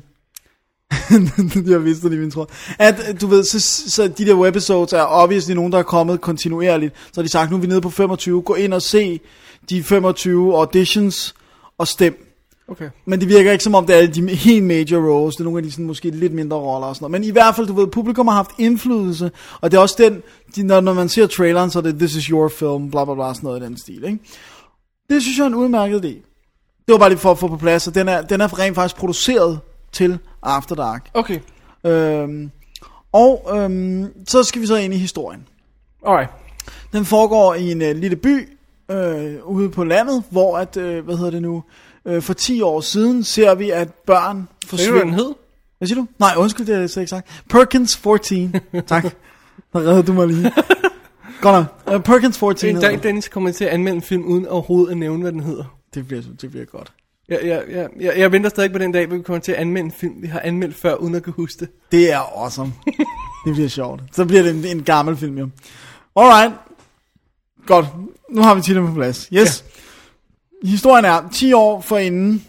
jeg vidste det i min tråd, at øh, du ved, så, så de der webisodes er obviously nogen, der er kommet kontinuerligt. Så har de sagt, nu er vi nede på femogtyve, gå ind og se de femogtyve auditions og stem. Okay. Men det virker ikke som om det er alle de helt major roles. Det er nogle af de sådan, måske lidt mindre roller og sådan noget. Men i hvert fald, du ved, publikum har haft indflydelse. Og det er også den, de, når, når man ser traileren, så er det This is your film, bla bla bla, sådan noget i den stil, ikke? Det synes jeg er en udmærket idé. Det var bare lige for at få på plads, og den er, den er rent faktisk produceret til After Dark. Okay. Øhm, og øhm, så skal vi så ind i historien. Alright. Den foregår i en uh, lille by øh, ude på landet, hvor at, øh, hvad hedder det nu, øh, for ti år siden ser vi, at børn Ved du, forsvinder. hvad den hed? Hvad siger du? Nej, undskyld, det har jeg slet ikke sagt. Perkins fjorten. Tak. Der reddede du mig lige. Godt nok. Uh, Perkins fjorten En hedder dag, den. Dennis kommer til at anmelde en film, uden overhovedet at nævne, hvad den hedder. Det bliver, det bliver godt. Jeg, jeg, jeg, jeg, jeg venter stadig på den dag, hvor vi kommer til at anmelde en film, vi har anmeldt før, uden at kunne huske det. Det er awesome. Det bliver sjovt. Så bliver det en, en gammel film, jo. Alright. Godt. Nu har vi titlen på plads. Yes. Ja. Historien er, ti år forinden,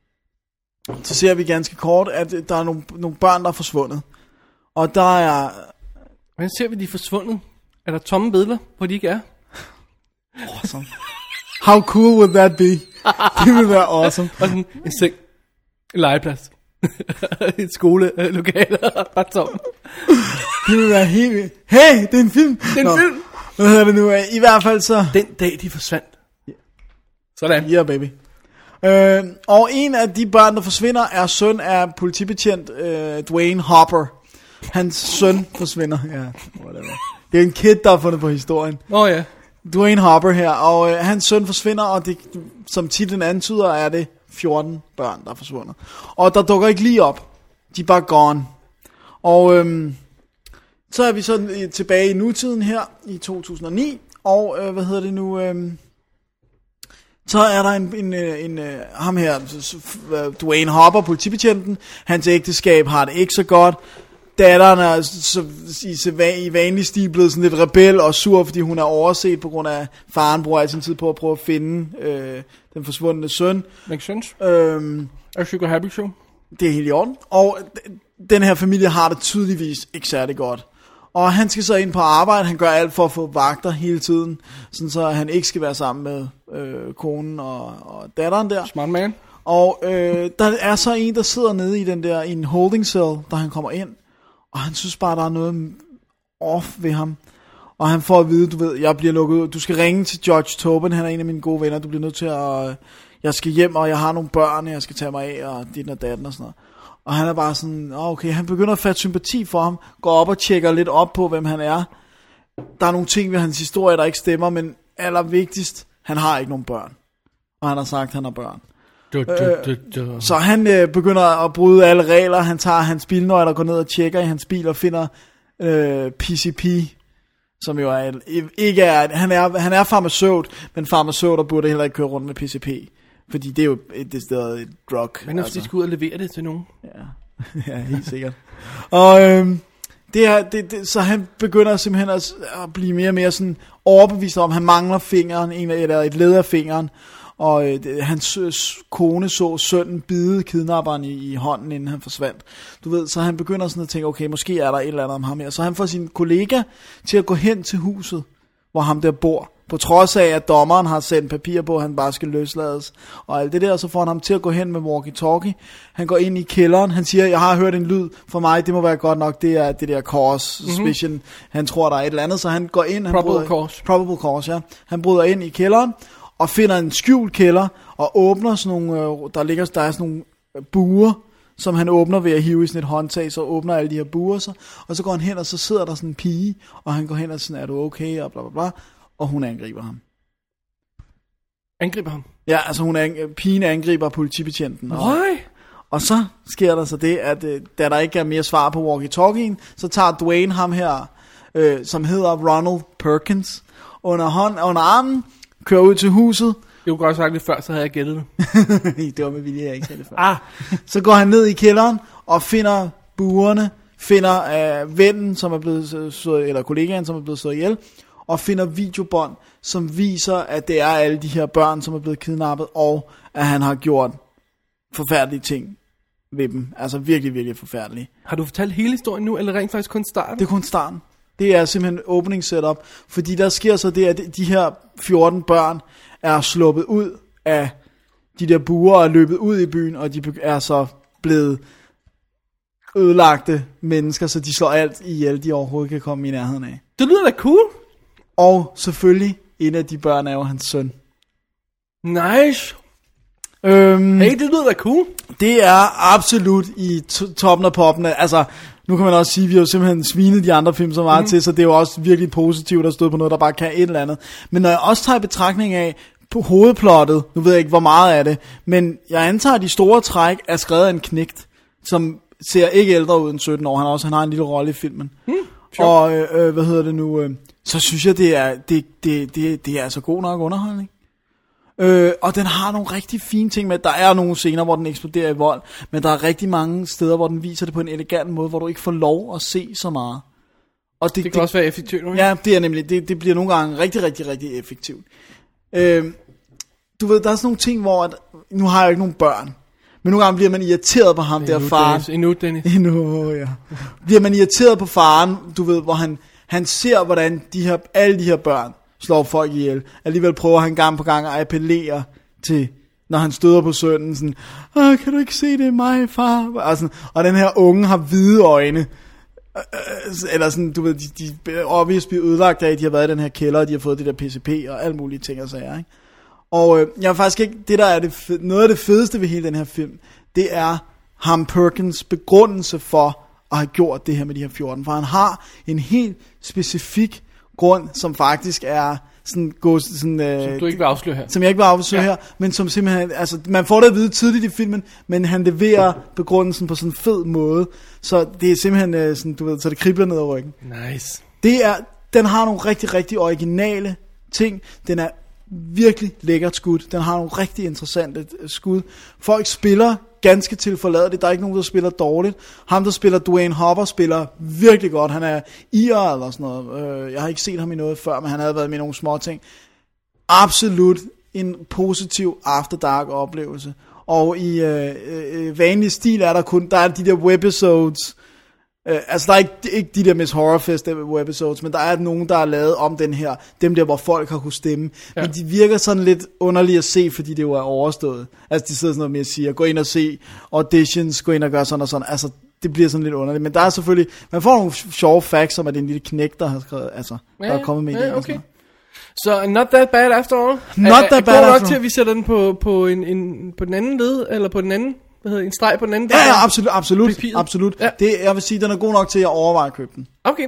så ser vi ganske kort, at der er nogle, nogle børn, der er forsvundet. Og der er... Hvordan ser vi, de er forsvundet? Er der tomme billeder, hvor de ikke er? Awesome. How cool would that be? Det ville være awesome. Og sådan en seng, en legeplads, et skolelokale, bare tom. Det ville være helt vildt. Hey, det er en film. Det er en Nå, film. hvad hedder det nu? I hvert fald så... Den dag, de forsvandt. Sådan. Yeah, baby. Øh, og en af de børn, der forsvinder, er søn af politibetjent øh, Dwayne Hopper. Hans søn forsvinder. Ja, whatever. Det er en kid, der har fundet på historien. Åh oh, ja. Dwayne Hopper her, og øh, hans søn forsvinder, og det, som titlen antyder, er det fjorten børn, der er forsvundet. Og der dukker ikke lige op. De er bare gone. Og øhm, så er vi så tilbage i nutiden her, i to tusind og ni, og øh, hvad hedder det nu... Øh, så er der en, en, en, en ham her, Dwayne Hopper, politibetjenten. Hans ægteskab har det ikke så godt. Datteren er så, i, i vanlig stil blevet sådan lidt rebel og sur, fordi hun er overset på grund af faren bruger al sin tid på at prøve at finde øh, den forsvundne søn. Makes sense. Øhm, A Sugar Happy Show. det er helt i orden. Og den her familie har det tydeligvis ikke særlig godt. Og han skal så ind på arbejde. Han gør alt for at få vagter hele tiden, sådan så han ikke skal være sammen med øh, konen og, og datteren der. Smart man. Og øh, der er så en, der sidder nede i den der i en holding cell, da han kommer ind. Og han synes bare, der er noget off ved ham. Og han får at vide, du ved, jeg bliver lukket ud. Du skal ringe til Judge Tobin, han er en af mine gode venner. Du bliver nødt til at... Jeg skal hjem, og jeg har nogle børn, jeg skal tage mig af, og dit og datten og sådan noget. Og han er bare sådan, okay, han begynder at fatte sympati for ham. Går op og tjekker lidt op på, hvem han er. Der er nogle ting ved hans historie, der ikke stemmer, men allervigtigst, han har ikke nogen børn. Og han har sagt, at han har børn. Du, du, du, du. Så han øh, begynder at bryde alle regler. Han tager hans bilnøgler og går ned og tjekker i hans bil og finder øh, P C P, som jo er, ikke er, han er, han er farmaceut, men farmaceuter burde heller ikke køre rundt med P C P, fordi det er jo et, det er et drug. Men altså. De skal ud og levere det til nogen. Ja, ja, helt sikkert. Og øh, det er, det, det, så han begynder simpelthen at, at blive mere og mere sådan overbevist om, at han mangler fingeren, en, eller et led af fingeren. Og øh, det, hans øh, kone så sønnen bide kidnapperen i, i hånden, inden han forsvandt. Du ved, så han begynder sådan at tænke, okay, måske er der et eller andet om ham her. Så han får sin kollega til at gå hen til huset, hvor ham der bor. På trods af, at dommeren har sendt papir på, at han bare skal løslades. Og alt det der, så får han ham til at gå hen med walkie-talkie. Han går ind i kælderen. Han siger, jeg har hørt en lyd for mig. Det må være godt nok. Det er det der cause suspicion. Mm-hmm. Han tror, der er et eller andet. Så han går ind. Han probable bryder, cause. Probable cause, ja. Han bryder ind i kælderen og finder en skjult kælder og åbner sådan nogle, øh, der ligger der er sådan nogle buer, som han åbner ved at hive i sådan et håndtag, så åbner alle de her buer så, og så går han hen, og så sidder der sådan en pige, og han går hen og sådan, er du okay, og bla bla bla, og hun angriber ham. Angriber ham? Ja, altså hun ang- pigen angriber politibetjenten. Og, Why? og så sker der så det, at øh, da der ikke er mere svar på walkie-talkien, så tager Dwayne ham her, øh, som hedder Ronald Perkins, under hånd, under armen, kører ud til huset. Jeg kunne godt sagt det før, så havde jeg gættet det. Det var med vilje, jeg ikke sagde det før. Ah. Så går han ned i kælderen og finder buerne, finder øh, vennen, som er blevet slået, eller kollegaen, som er blevet slået ihjel, og finder videobånd, som viser, at det er alle de her børn, som er blevet kidnappet, og at han har gjort forfærdelige ting ved dem. Altså virkelig, virkelig forfærdelige. Har du fortalt hele historien nu, eller rent faktisk kun starten? Det er kun starten. Det er simpelthen opening setup, fordi der sker så det, at de her fjorten børn er sluppet ud af de der buer og er løbet ud i byen, og de er så blevet ødelagte mennesker, så de slår alt ihjel, de overhovedet kan komme i nærheden af. Det lyder da cool. Og selvfølgelig, en af de børn er jo hans søn. Nice. Øhm, Hey, det lyder da cool. Det er absolut i to- toppen af poppen. Altså, nu kan man også sige, at vi har jo simpelthen svinet de andre film så meget mm. til, så det er jo også virkelig positivt at stå på noget, der bare kan et eller andet. Men når jeg også tager i betragtning af på hovedplottet, nu ved jeg ikke, hvor meget af det, men jeg antager, at de store træk er skrevet af en knægt, som ser ikke ældre ud end sytten år. Han, også, han har en lille rolle i filmen. Mm, sure. Og øh, hvad hedder det nu? Øh, så synes jeg, det er, det, det, det, det er altså god nok underholdning. Øh, og den har nogle rigtig fine ting med. Der er nogle scener, hvor den eksploderer i vold, men der er rigtig mange steder, hvor den viser det på en elegant måde, hvor du ikke får lov at se så meget. Og det, det kan det, også være effektivt, ikke? Ja, det er nemlig, det, det bliver nogle gange rigtig, rigtig, rigtig effektivt. Øh, du ved, der er sådan nogle ting, hvor at, nu har jeg jo ikke nogen børn, men nogle gange bliver man irriteret på ham endnu, der faren. Dennis, endnu, Dennis. Endnu, ja. Bliver man irriteret på faren, du ved, hvor han, han ser, hvordan de her, alle de her børn slår folk ihjel. Alligevel prøver han gang på gang at appellere til, når han støder på sønnen, sådan, Åh, kan du ikke se, det er mig, far? Og, sådan, og den her unge har hvide øjne. Eller sådan, du ved, de, de obvious bliver ødelagt af, at de har været i den her kælder, og de har fået det der P C P og alle mulige ting og sager, ikke? Og øh, jeg har faktisk ikke, det der er det fed, noget af det fedeste ved hele den her film, det er ham Perkins begrundelse for at have gjort det her med de her fjorten. For han har en helt specifik grund, som faktisk er sådan, gå, sådan øh, som du ikke vil afsløre her. Som jeg ikke vil afsløre ja. her, men som simpelthen, altså man får det at vide tidligt i filmen, men han leverer begrundelsen på sådan en fed måde, så det er simpelthen øh, sådan, du ved, så det kribler ned ad ryggen. Nice. Det er, den har nogle rigtig, rigtig originale ting. Den er virkelig lækkert skud. Den har nogle rigtig interessante skud. Folk spiller ganske tilforladeligt. Der er ikke nogen, der spiller dårligt. Ham, der spiller Dwayne Hopper, spiller virkelig godt. Han er irer eller sådan noget. Jeg har ikke set ham i noget før, men han havde været med i nogle små ting. Absolut en positiv After Dark oplevelse. Og i øh, øh, vanlig stil er der kun, der er de der webisodes. Uh, altså der er ikke, ikke de der Miss Horrorfest webisodes, men der er nogen, der er lavet om den her, dem der, hvor folk har kunne stemme, ja. Men de virker sådan lidt underlige at se, fordi det jo er overstået. Altså de sidder sådan noget med at sige, gå ind og se auditions, gå ind og gøre sådan og sådan, altså det bliver sådan lidt underligt, men der er selvfølgelig, man får nogle sjove facts om, at det er en lille knæk, der har skrevet, altså, ja, der er kommet med ja, det. Okay. Så so, not that bad after all. Not er, that er, bad er after nok til, at vi sætter den på, på, en, en, på den anden led, eller på den anden, hvad hedder en streg på den anden? Ja, ja, absolut, absolut, Papiret. absolut. Ja. Det, jeg vil sige, den er god nok til, at jeg overvejer at købe den. Okay.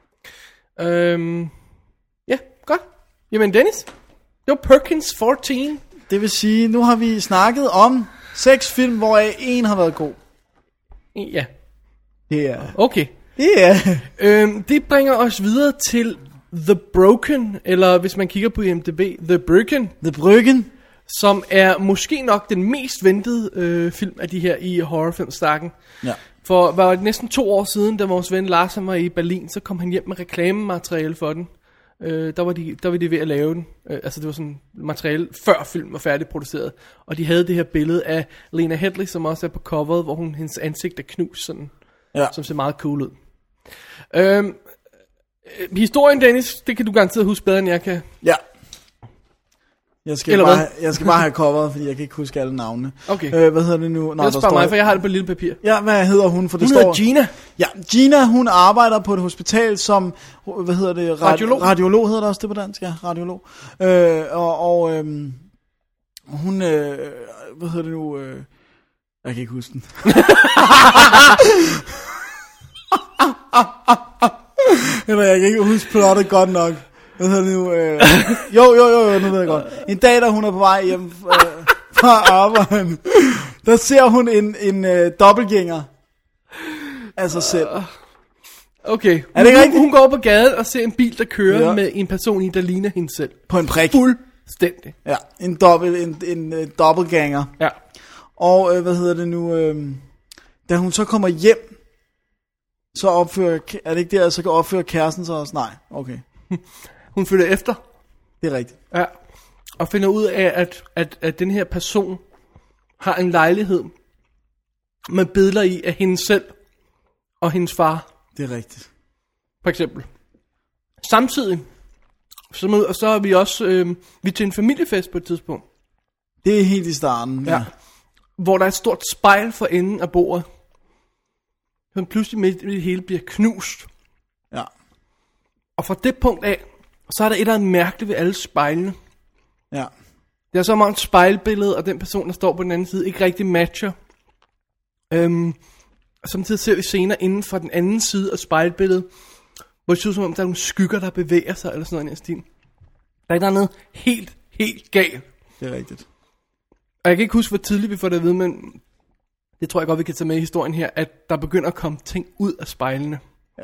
Øhm, ja, godt. Jamen Dennis, det var Perkins fjorten. Det vil sige, nu har vi snakket om seks film, hvoraf en har været god. Ja. Det er... Okay. Det er... Øhm, det bringer os videre til The Broken, eller hvis man kigger på I M D B, The Broken. The Broken. Som er måske nok den mest ventede øh, film af de her i horrorfilmstakken. Ja. For var det næsten to år siden, da vores ven Lars han var i Berlin, så kom han hjem med reklamemateriale for den. Øh, der, var de, der var de ved at lave den. Øh, altså det var sådan materiale, før film var færdigproduceret. Og de havde det her billede af Lena Headey, som også er på coveret, hvor hun, hendes ansigt er knust, sådan, Ja. som ser meget cool ud. Øh, historien, Dennis, det kan du garanteret huske bedre, end jeg kan. Ja. Jeg skal, Eller bare, hvad? have- jeg skal bare have coveret, fordi jeg kan ikke huske alle navnene. Okay. Øh, hvad hedder det nu? Nå, Jeg der spørger mig, står- for jeg har det på et lille papir. Ja, hvad hedder hun? For det Hun står... hedder Gina. Ja, Gina, hun arbejder på et hospital som, hvad hedder det? Radi- Radiolog. Radiolog hedder det også det på dansk, ja, radiolog. Øh, og og øhm, hun, øh, hvad hedder det nu? Øh, jeg kan ikke huske den. Eller jeg kan ikke huske plottet godt nok. Hvad hedder det nu? Øh, jo, jo, jo, jo, nu ved jeg godt. En dag, da hun er på vej hjem øh, fra arbejde, der ser hun en, en øh, dobbeltgænger af sig selv. Okay. Er det ikke hun, rigtigt? hun går på gaden og ser en bil, der kører Ja. ja. med en person i, der ligner hende selv. På en prik. Fuldstændig. Ja, en dobbelt, en, en, en dobbeltgænger. Ja. Og øh, hvad hedder det nu? Øh, da hun så kommer hjem, så opfører, er det ikke der, så kan opføre kæresten sig også? Nej, okay, Hun følger efter. det er rigtigt. Ja. Og finder ud af, at, at, at den her person har en lejlighed med billeder i af hende selv og hendes far, Det er rigtigt. for eksempel. Samtidig, så, med, og så er vi også øh, vi er til en familiefest på et tidspunkt, Det er helt i starten. ja. hvor der er et stort spejl for enden af bordet, som pludselig midt i det hele bliver knust. Ja. Og fra det punkt af, så er der et eller andet mærkeligt ved alle spejlene. Ja. Det er så meget et spejlbillede, og den person, der står på den anden side, ikke rigtig matcher. Øhm, og samtidig ser vi scener inden fra den anden side af spejlbilledet, hvor det ser ud som om, der er nogle skygger, der bevæger sig, eller sådan noget i den stil. Der er ikke noget helt, helt galt. Det er rigtigt. Og jeg kan ikke huske, hvor tidligt vi får det at vide, men det tror jeg godt, vi kan tage med i historien her, at der begynder at komme ting ud af spejlene. Ja.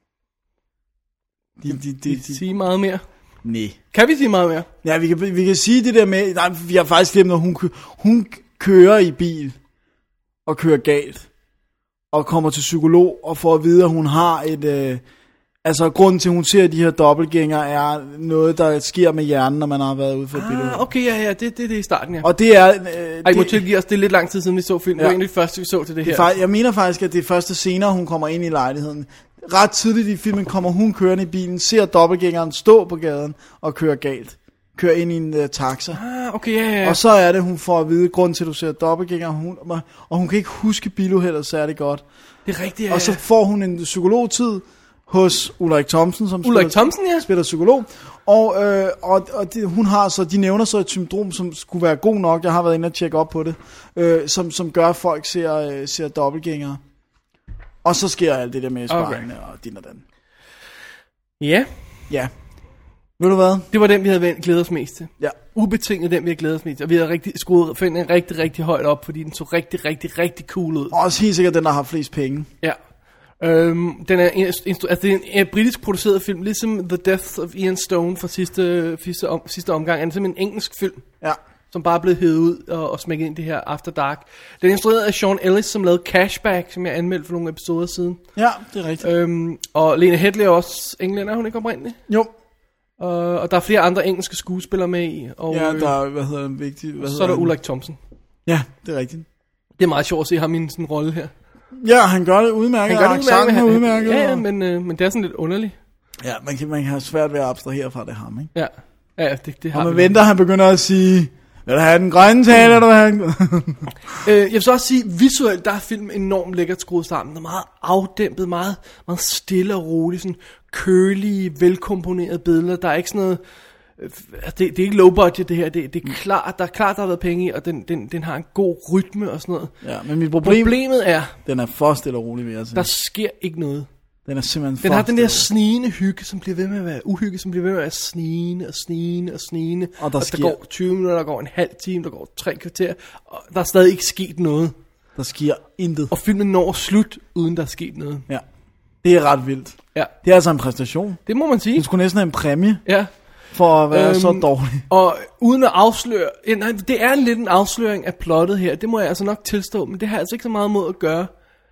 De, de, de, Kan vi de, sige meget mere? nej. Kan vi sige meget mere? Ja, vi kan, vi kan sige det der med, nej, vi har faktisk glemt, at hun, kø- hun kører i bil og kører galt. Og kommer til psykolog og får at vide, at hun har et... Øh, altså, grunden til, at hun ser de her dobbeltgænger, er noget, der sker med hjernen, når man har været ude for et billede. Ah, okay, ja, ja, det er det, det er i starten, ja. Og det er... Øh, Ej, I må det, tilgive os, det er lidt lang tid siden, vi så filmen. Ja. Det var Ja. egentlig det første, vi så til det her. fakt- jeg mener faktisk, at det er første senere, hun kommer ind i lejligheden. Ret tidligt i filmen kommer hun kørende i bilen, ser dobbeltgængeren stå på gaden og køre galt. Kører ind i en uh, taxa. Ah, okay, ja, ja, ja. Og så er det, hun får at vide, grund til, at du ser dobbeltgænger, hun, og hun kan ikke huske biluheldet særlig godt. Det er rigtigt, ja. Og så får hun en psykologtid hos Ulrik Thomsen, som Ulrik spiller, Thomsen, ja. spiller psykolog. Og, øh, og, og det, hun har så, de nævner så et syndrom, som skulle være god nok, jeg har været inde og tjekke op på det, øh, som, som gør, at folk ser, øh, ser dobbeltgængere. Og så sker alt det der med spejlene okay. og din og den. Ja, Ja. Ved du hvad? det var den, vi havde vendt- glædet os mest til. Ja. Ubetinget den, vi havde glædet os mest til. Og vi havde rigtig skruet finden rigtig, rigtig højt op, fordi den så rigtig, rigtig, rigtig cool ud. Og også helt sikkert den, der har flest penge. Ja. Øhm, den er, instru- altså, det er en, en britisk produceret film, ligesom The Death of Ian Stone fra sidste, sidste, om, sidste omgang. Den er simpelthen en engelsk film, Ja. som bare er blevet hævet ud og, og smækket ind i det her After Dark. Den er instrueret af Sean Ellis, som lavede Cashback, som jeg anmeldte for nogle episoder siden. Ja, det er rigtigt. Øhm, og Lena Headey er også englænder, er hun ikke oprindelig? Jo. Og, og der er flere andre engelske skuespillere med i. Og, Ja, øh, der er, hvad hedder den vigtige? Hvad så hedder er der han? Ulrik Thomsen. Ja, det er rigtigt. Det er meget sjovt at se ham i en sådan rolle her. Ja, han gør det udmærket. Han gør det accenten er udmærket. udmærket. Ja, ja, og- men, øh, men det er sådan lidt underligt. Ja, man kan, man kan have svært ved at abstrahere fra det ham, ikke? Ja, ja det, det har Og man vi. venter, han begynder at sige, vil du have den grønne tale, eller hvad han... Øh, jeg vil så også sige, visuelt, der er filmen enormt lækkert skruet sammen. Der er meget afdæmpet, meget, meget stille og roligt, sådan kølige, velkomponerede billeder. Der er ikke sådan noget... Øh, det, det er ikke low budget det her, det, det er klart, der er klart, der har været penge i, og den, den, den har en god rytme og sådan noget. Ja, men mit problem, Problemet er, den er for stille og rolig, vil jeg sige. der sker ikke noget. Den er simpelthen for Den har den der stille. snigende hygge, som bliver ved med at være uhygge, som bliver ved med at være snigende og snigende og snigende. Og der der sker- går tyve minutter, der går en halv time, der går tre kvarter, og der er stadig ikke sket noget. Der sker intet. Og filmen når slut, uden der er sket noget. Ja, det er ret vildt. Ja, Det er altså en præstation. det må man sige. Du skulle næsten have en præmie Ja. for at være Øhm, så dårlig. Og uden at afsløre, ja, nej, det er lidt en afsløring af plottet her, det må jeg altså nok tilstå, men det har jeg altså ikke så meget mod at gøre.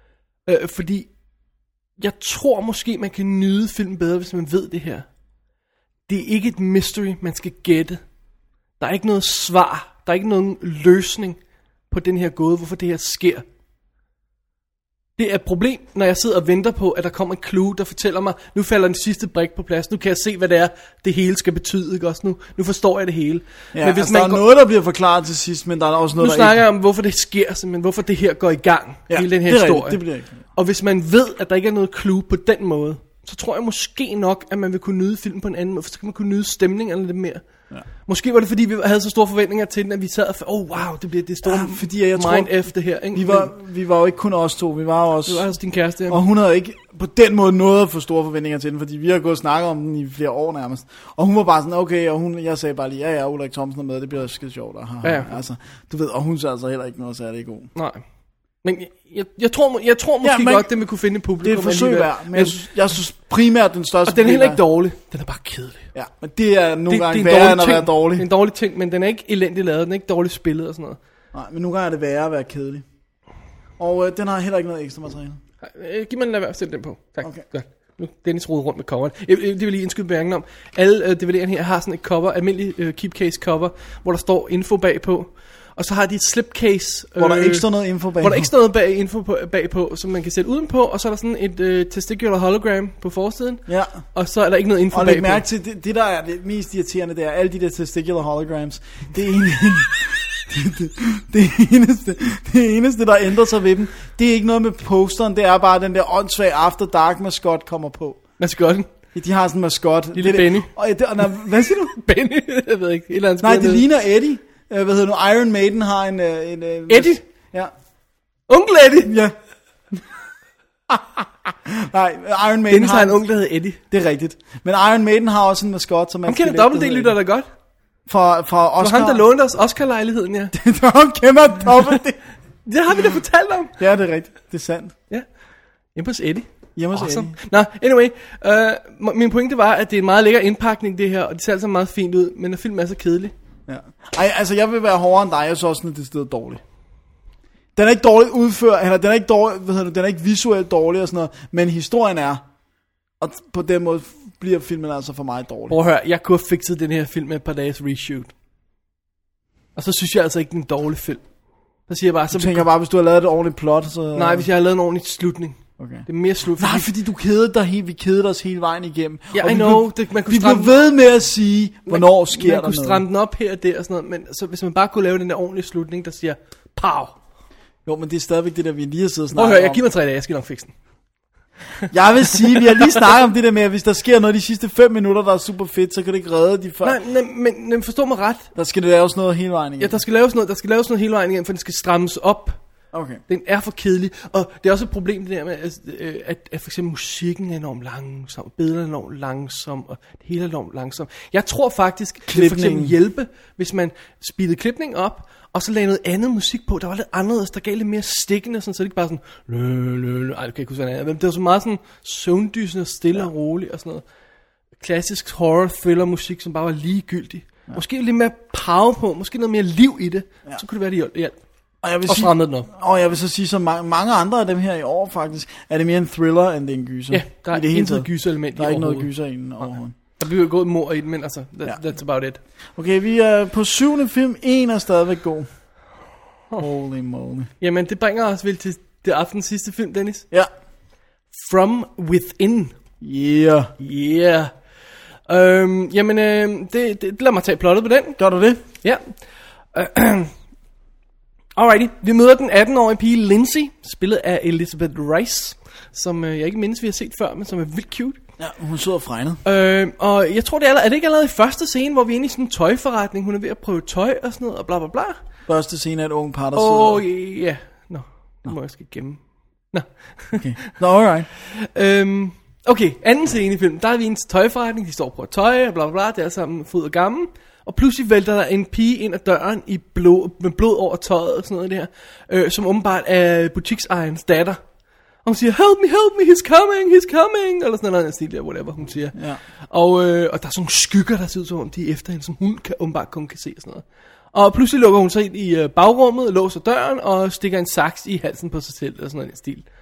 Øh, fordi jeg tror måske, man kan nyde film bedre, hvis man ved det her. Det er ikke et mystery, man skal gætte. Der er ikke noget svar. Der er ikke nogen løsning på den her gåde, hvorfor det her sker. Det er et problem, når jeg sidder og venter på, at der kommer en clue, der fortæller mig, nu falder den sidste brik på plads, nu kan jeg se, hvad det er, det hele skal betyde, ikke også? Nu, nu forstår jeg det hele. Ja, men hvis altså, man der er går... noget, der bliver forklaret til sidst, men der er også noget, nu der snakker ikke... jeg om, hvorfor det sker, simpelthen, hvorfor det her går i gang, ja, hele den her det historie. Rigtigt, det bliver ikke. Og hvis man ved, at der ikke er noget clue på den måde, så tror jeg måske nok, at man vil kunne nyde filmen på en anden måde, for så kan man kunne nyde stemningen lidt mere. Ja. Måske var det fordi, vi havde så store forventninger til den, at vi sad og åh oh, wow, det bliver det store ja, fordi jeg mind tror, F det her, ikke? Vi var, vi var jo ikke kun os to, vi var også... Det var også din kæreste, ja. Og hun havde ikke på den måde noget at få store forventninger til den, fordi vi har gået og snakket om den i flere år nærmest. Og hun var bare sådan, okay, og hun, jeg sagde bare lige, ja ja, Ulrik Thomsen er med, det bliver skide sjovt. Og, ja, ja. Altså, du ved, og hun så altså heller ikke noget særlig god. Nej. Men jeg, jeg, jeg, tror, jeg tror måske ja, man, godt, det vil kunne finde et publikum. Det er et forsøg værd, men jeg synes, jeg synes primært den største... Og den er heller ikke dårlig, den er bare kedelig. Ja, men det er nogle det, gange det er værre end at være dårlig. Det er en dårlig ting, men den er ikke elendigt lavet, den er ikke dårligt spillet og sådan noget. Nej, men nogle gange er det værre at være kedelig. Og øh, den har heller ikke noget ekstra materiale. Øh, giv mig den lad være at sætte den på. Tak. Okay. Godt. Nu Dennis rodet rundt med coveren. Jeg, det vil lige indskyde bemærkningen om. Alle øh, D V D'erne her har sådan et cover, almindelig øh, keepcase cover, hvor der står info bagpå. Og så har de et slipcase, hvor der øh, ikke står noget info bagpå. Hvor der ikke står noget bag info på, bagpå, som man kan sætte udenpå. Og så er der sådan et øh, testicular hologram på forsiden. Ja. Og så er der ikke noget info og bagpå. Og læg mærke til, det, det der er det mest irriterende, det er alle de der testicular holograms. Det er egentlig... Det, det, det, eneste, det eneste der ændrer sig ved dem, det er ikke noget med posteren, det er bare den der åndssvage After Dark maskot kommer på. Maskotten? De har sådan en maskot. Lille Benny. Og, og, og, hvad siger du? Benny, jeg ved ikke. Et eller andet nej, det ligner Eddie. Uh, hvad hedder nu? Iron Maiden har en... Uh, en uh, Eddie? Ja. Onkel Eddie? Ja. Nej, Iron Maiden Dennis har en onkel, der hedder Eddie. Det er rigtigt. Men Iron Maiden har også en maskot, som man... Han kender dobbelt-D-lytter da godt. For, for Oscar... For ham, der lånte os Oscar-lejligheden, ja. Han kender dobbelt-D. Det har vi da fortalt om. Ja, det er rigtigt. Det er sandt. Ja. Hjemme hos Eddie. Hjemme hos awesome. Eddie. Nå, anyway. Uh, min pointe var, at det er en meget lækker indpakning, det her. Og det ser altså meget fint ud. Men når filmen er så kedelig. Ja. Ej, altså jeg vil være hårdere end dig. Jeg synes også, at det er stedet dårligt. Den er ikke dårligt udført. Eller den er ikke dårlig, hvad hedder det, den er ikke visuelt dårlig og sådan noget. Men historien er. Og på den måde bliver filmen altså for mig dårlig. Prøv at høre, jeg kunne have fikset den her film med et par dages reshoot. Og så synes jeg altså ikke, den er en dårlig film. Så siger jeg bare... Så du tænker bare, hvis du har lavet et ordentligt plot, så... Nej, hvis jeg har lavet en ordentlig slutning. Okay. Det er mere slut. Nej, fordi du kedede dig helt, vi kedede os hele vejen igennem. Ja, og I vi know. Blev, det, man kunne vi stramme, blev ved med at sige, hvornår man, sker man der noget. Man kunne stramme den op her og der og sådan noget, men så, hvis man bare kunne lave den der ordentlige slutning, der siger, pow. Jo, men det er stadigvæk det der, vi lige har siddet og snakket om. Prøv at høre, jeg om. giver mig tre dage, jeg skal nok fikse den. Jeg vil sige, vi har lige snakket om det der med, at hvis der sker noget de sidste fem minutter, der er super fedt, så kan det ikke redde de før. Nej, nej men, men forstå mig ret. Der skal det laves noget hele vejen igen. Ja, der skal laves noget, der skal laves noget hele vejen igen, for den skal strammes op. Okay. Den er for kedelig. Og det er også et problem det der med, at, at, at for eksempel musikken er enormt langsom, billederne er enormt langsom, og det hele er enormt langsom. Jeg tror faktisk, det vil for eksempel hjælpe, hvis man speedede klipningen op, og så lagde noget andet musik på, der var lidt anderledes, der gav lidt mere stikkende, sådan, så det ikke bare sådan, lø, lø, lø. Ej, det kan ikke huske, hvad det er, men det var så meget sådan søvndysende, stille ja. og roligt, og sådan noget. Klassisk horror thriller musik, som bare var ligegyldig. Ja. Måske lidt mere power på, måske noget mere liv i det, ja. Så kunne det være, det hjælp. Og jeg vil og sige, den op. Og jeg vil så sige, så mange, mange andre af dem her i år faktisk, er det mere en thriller, end det er en gyser. Ja, der er intet gyser-element i Der er ikke noget gyser i den overhovedet. Der bliver gået mor i den, men altså, that, ja. that's about it. Okay, vi er på syvende film, en er stadigvæk god. Holy moly. Jamen, det bringer os vel til det aftens sidste film, Dennis. Ja. From Within. Yeah. Yeah. Øhm, jamen, øh, det, det, lad mig tage plottet på den. Gør du det? Ja. Alrighty, vi møder den atten-årige pige Lindsay, spillet af Elizabeth Rice, som øh, jeg ikke mindes, vi har set før, men som er vildt cute. Ja, hun sidder fregnet. Øh, og jeg tror, det er, er det ikke allerede i første scene, hvor vi er inde i sådan en tøjforretning, hun er ved at prøve tøj og sådan noget, og bla bla bla. Første scene er et ung par, der oh, sidder... Åh, ja. Nå, det må jeg skal gemme. Nå. Okay, nå, alright. øhm, okay, anden scene i filmen, der er vi i en tøjforretning, de står og prøver tøj, og bla bla bla, det er sammen fryd og gammel. Og pludselig vælter der en pige ind ad døren i blod, med blod over tøjet og sådan noget der, øh, som åbenbart er butiksejernes datter. Og hun siger, help me, help me, he's coming, he's coming, eller sådan noget stil der, whatever hun siger. Ja. Og, øh, og der er sådan nogle skygger, der ser ud som om, de er efter hende, som hun kan, åbenbart kun kan se og sådan noget. Og pludselig lukker hun sig ind i øh, bagrummet, låser døren og stikker en saks i halsen på sig selv, og sådan noget stil.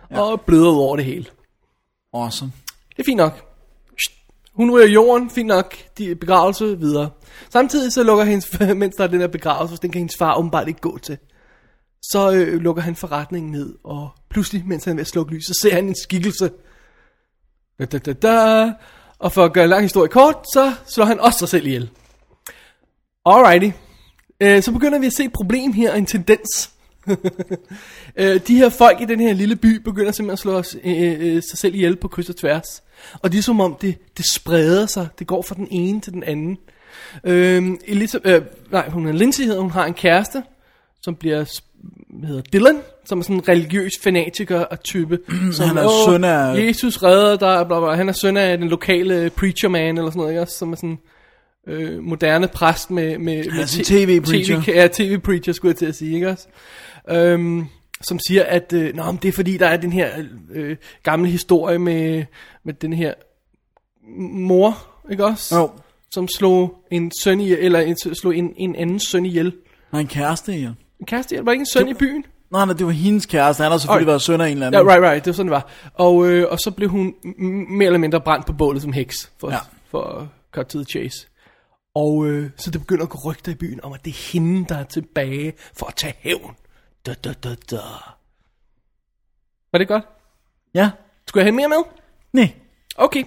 ja. Og bløder ud over det hele. Awesome. Det er fint nok. Hun ryger i jorden, fint nok, de begravelse videre. Samtidig så lukker hendes, mens der er den der begravelse, den kan hendes far åbenbart ikke gå til. Så øh, lukker han forretningen ned, og pludselig, mens han er ved at slukke lys, så ser han en skikkelse. Da, da, da, da. Og for at gøre en lang historie kort, så slår han også sig selv ihjel. Alrighty. Øh, så begynder vi at se et problem her, en tendens. øh, de her folk i den her lille by begynder simpelthen at slå os, øh, øh, sig selv ihjel på kryds og tværs. Og det er som om det, det spreder sig. Det går fra den ene til den anden. øh, Elisabeth, øh, Nej, hun er Lindsay hedder. Hun har en kæreste, som bliver hedder Dylan, som er sådan en religiøs fanatiker og type. Som han er søn af Jesus redder der, bla, bla. Han er søn af den lokale preacher man eller sådan noget, ikke? Som er sådan øh, moderne præst med, med, med t- tv-preacher. TV, ja, tv-preacher skulle jeg til at sige, ikke også? Øhm, som siger, at øh, nå, det er fordi, der er den her øh, gamle historie med, med den her mor, ikke også? Jo. Som slog en søn i, eller en, slog en, en anden søn ihjel. Nej, en kæreste, ja. En kæreste, var ikke en søn det, i byen? Nej, nej, det var hendes kæreste. Han har selvfølgelig okay. været søn af en eller anden. Ja, right, right, det var sådan, det var. Og, øh, og så blev hun m- mere eller mindre brændt på bålet som heks, for, ja. for at cut to the chase. Og øh, så det begynder at gå rygter i byen om, at det er hende, der er tilbage for at tage hævn. Da, da, da, da. Var det godt? Ja. Skulle jeg have mere med? Nej. Okay.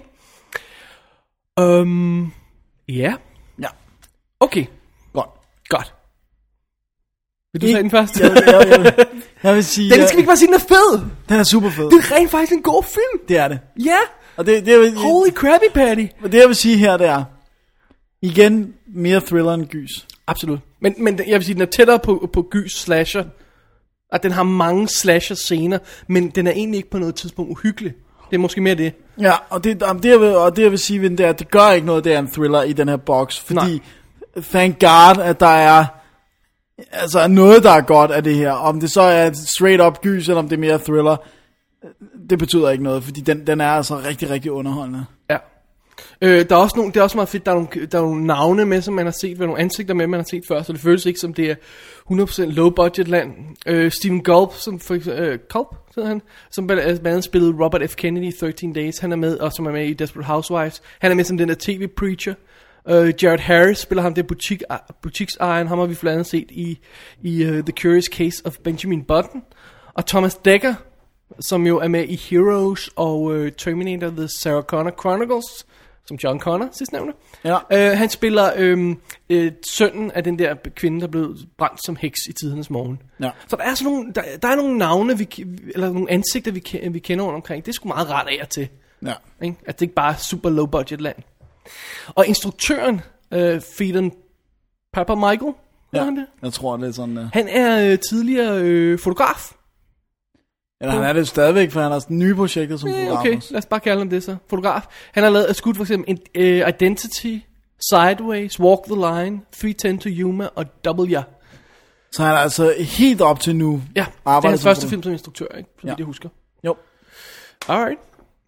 Um, ja. Ja. Okay. Godt. Godt. Vil du sige den først? Jeg, jeg, jeg, jeg, jeg vil sige... Den skal vi ikke bare sige, den er fed. Den er super fed. Det er rent faktisk en god film. Det er det. Ja. Og det, det, det, Holy Krabby Patty. Det jeg vil sige her, det er... Igen, mere thriller end gys. Absolut. Men, men jeg vil sige, den er tættere på, på gys slasher. At den har mange slasher scener, men den er egentlig ikke på noget tidspunkt uhyggelig. Det er måske mere det. Ja, og det, det, jeg, vil, og det jeg vil sige ved den der, det gør ikke noget, det er en thriller i den her box. Fordi, Nej. Thank God, at der er altså noget, der er godt af det her. Om det så er straight up gys, eller om det er mere thriller, det betyder ikke noget, fordi den, den er altså rigtig, rigtig underholdende. Ja. Øh, der er også nogle, det er også meget fedt, der er, nogle, der er nogle navne med, som man har set, nogle ansigter med, man har set før, så det føles ikke som det er hundrede procent low budget land. Øh, Stephen Gulp, som for eksempel, øh, Culp, hedder han, som blandt andet spillede Robert F. Kennedy i thirteen days, han er med, og som er med i Desperate Housewives. Han er med som den der tv-preacher. Øh, Jared Harris spiller ham der butik, butiksejeren, ham har vi blandt andet set i, i uh, The Curious Case of Benjamin Button. Og Thomas Dekker, som jo er med i Heroes og uh, Terminator The Sarah Connor Chronicles, som John Connor sidstnævnte. Ja. Uh, han spiller øhm, øh, sønnen af den der kvinde, der blev brændt som heks i tidernes morgen. Ja. Så der er sådan nogle, der, der er nogle navne, vi, eller nogle ansigter, vi, vi kender rundt omkring. Det er sgu meget rart af og til. Ja. Ikke? At det ikke bare er super low budget land. Og instruktøren, øh, Phelan Papa Michael, ja, han det? Jeg tror, det er sådan, uh... han er øh, tidligere øh, fotograf. Eller han er det stadigvæk, for han har nye projekter som fotograf. Okay, også. lad os bare kalde ham det så. Fotograf. Han har lavet skudt for eksempel uh, Identity, Sideways, Walk the Line, three ten to Yuma og Double Ja. Så han er altså helt op til nu. Ja, det er hans første film som instruktør, ikke? Så ja. vidt jeg husker. Jo. Alright.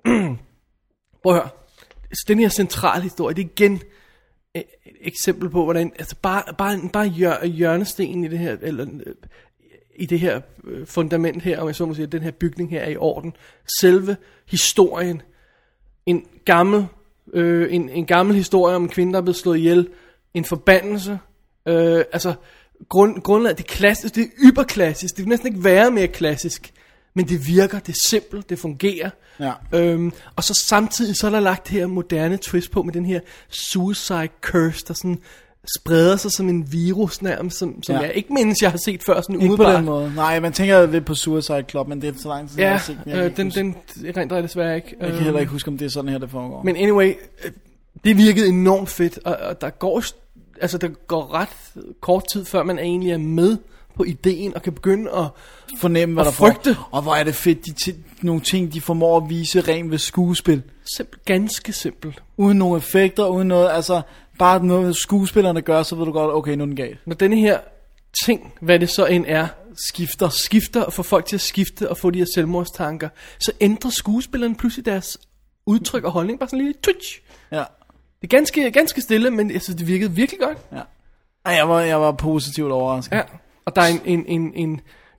Prøv at høre. Den her centrale historie, det er igen et eksempel på, hvordan, altså bare, bare, bare hjør, hjørnestenen i det her, eller i det her fundament her, om jeg så må sige, den her bygning her er i orden. Selve historien, en gammel, øh, en, en gammel historie om en kvinde, der er blevet slået ihjel, en forbandelse, øh, altså grund, grundlaget, det er klassisk, det er yberklassisk, det vil næsten ikke være mere klassisk, men det virker, det er simpelt, det fungerer. Ja. Øhm, og så samtidig så er der lagt det her moderne twist på med den her suicide curse, der sådan spreder sig som en virus nærmest, som, som ja. jeg ikke mindes, jeg har set før sådan ikke umiddelbart. På den måde. Nej, man tænker lidt på Suicide Club, men det er så lang tid, ja, jeg har set. Jeg øh, den, den rent jeg desværre ikke. Jeg kan heller ikke huske, om det er sådan her, det foregår. Men anyway, øh, det virkede enormt fedt, og, og der går altså der går ret kort tid, før man egentlig er med på ideen og kan begynde at fornemme, hvad at der frygte. Får. Og hvor er det fedt, de t- nogle ting, de formår at vise rent ved skuespil. Simpel, ganske simpelt. Uden nogle effekter, uden noget, altså bare noget skuespillerne gør, så ved du godt, okay, nu er den galt. Når denne her ting, hvad det så end er, skifter, skifter og får folk til at skifte og få de her selvmordstanker, så ændrer skuespillerne pludselig deres udtryk og holdning, bare sådan en lille twitch. Ja. Det er ganske, ganske stille, men jeg synes, det virkede virkelig godt. Ja. Ej, jeg var, jeg var positivt overrasket. Ja. Og der er en, en, en, en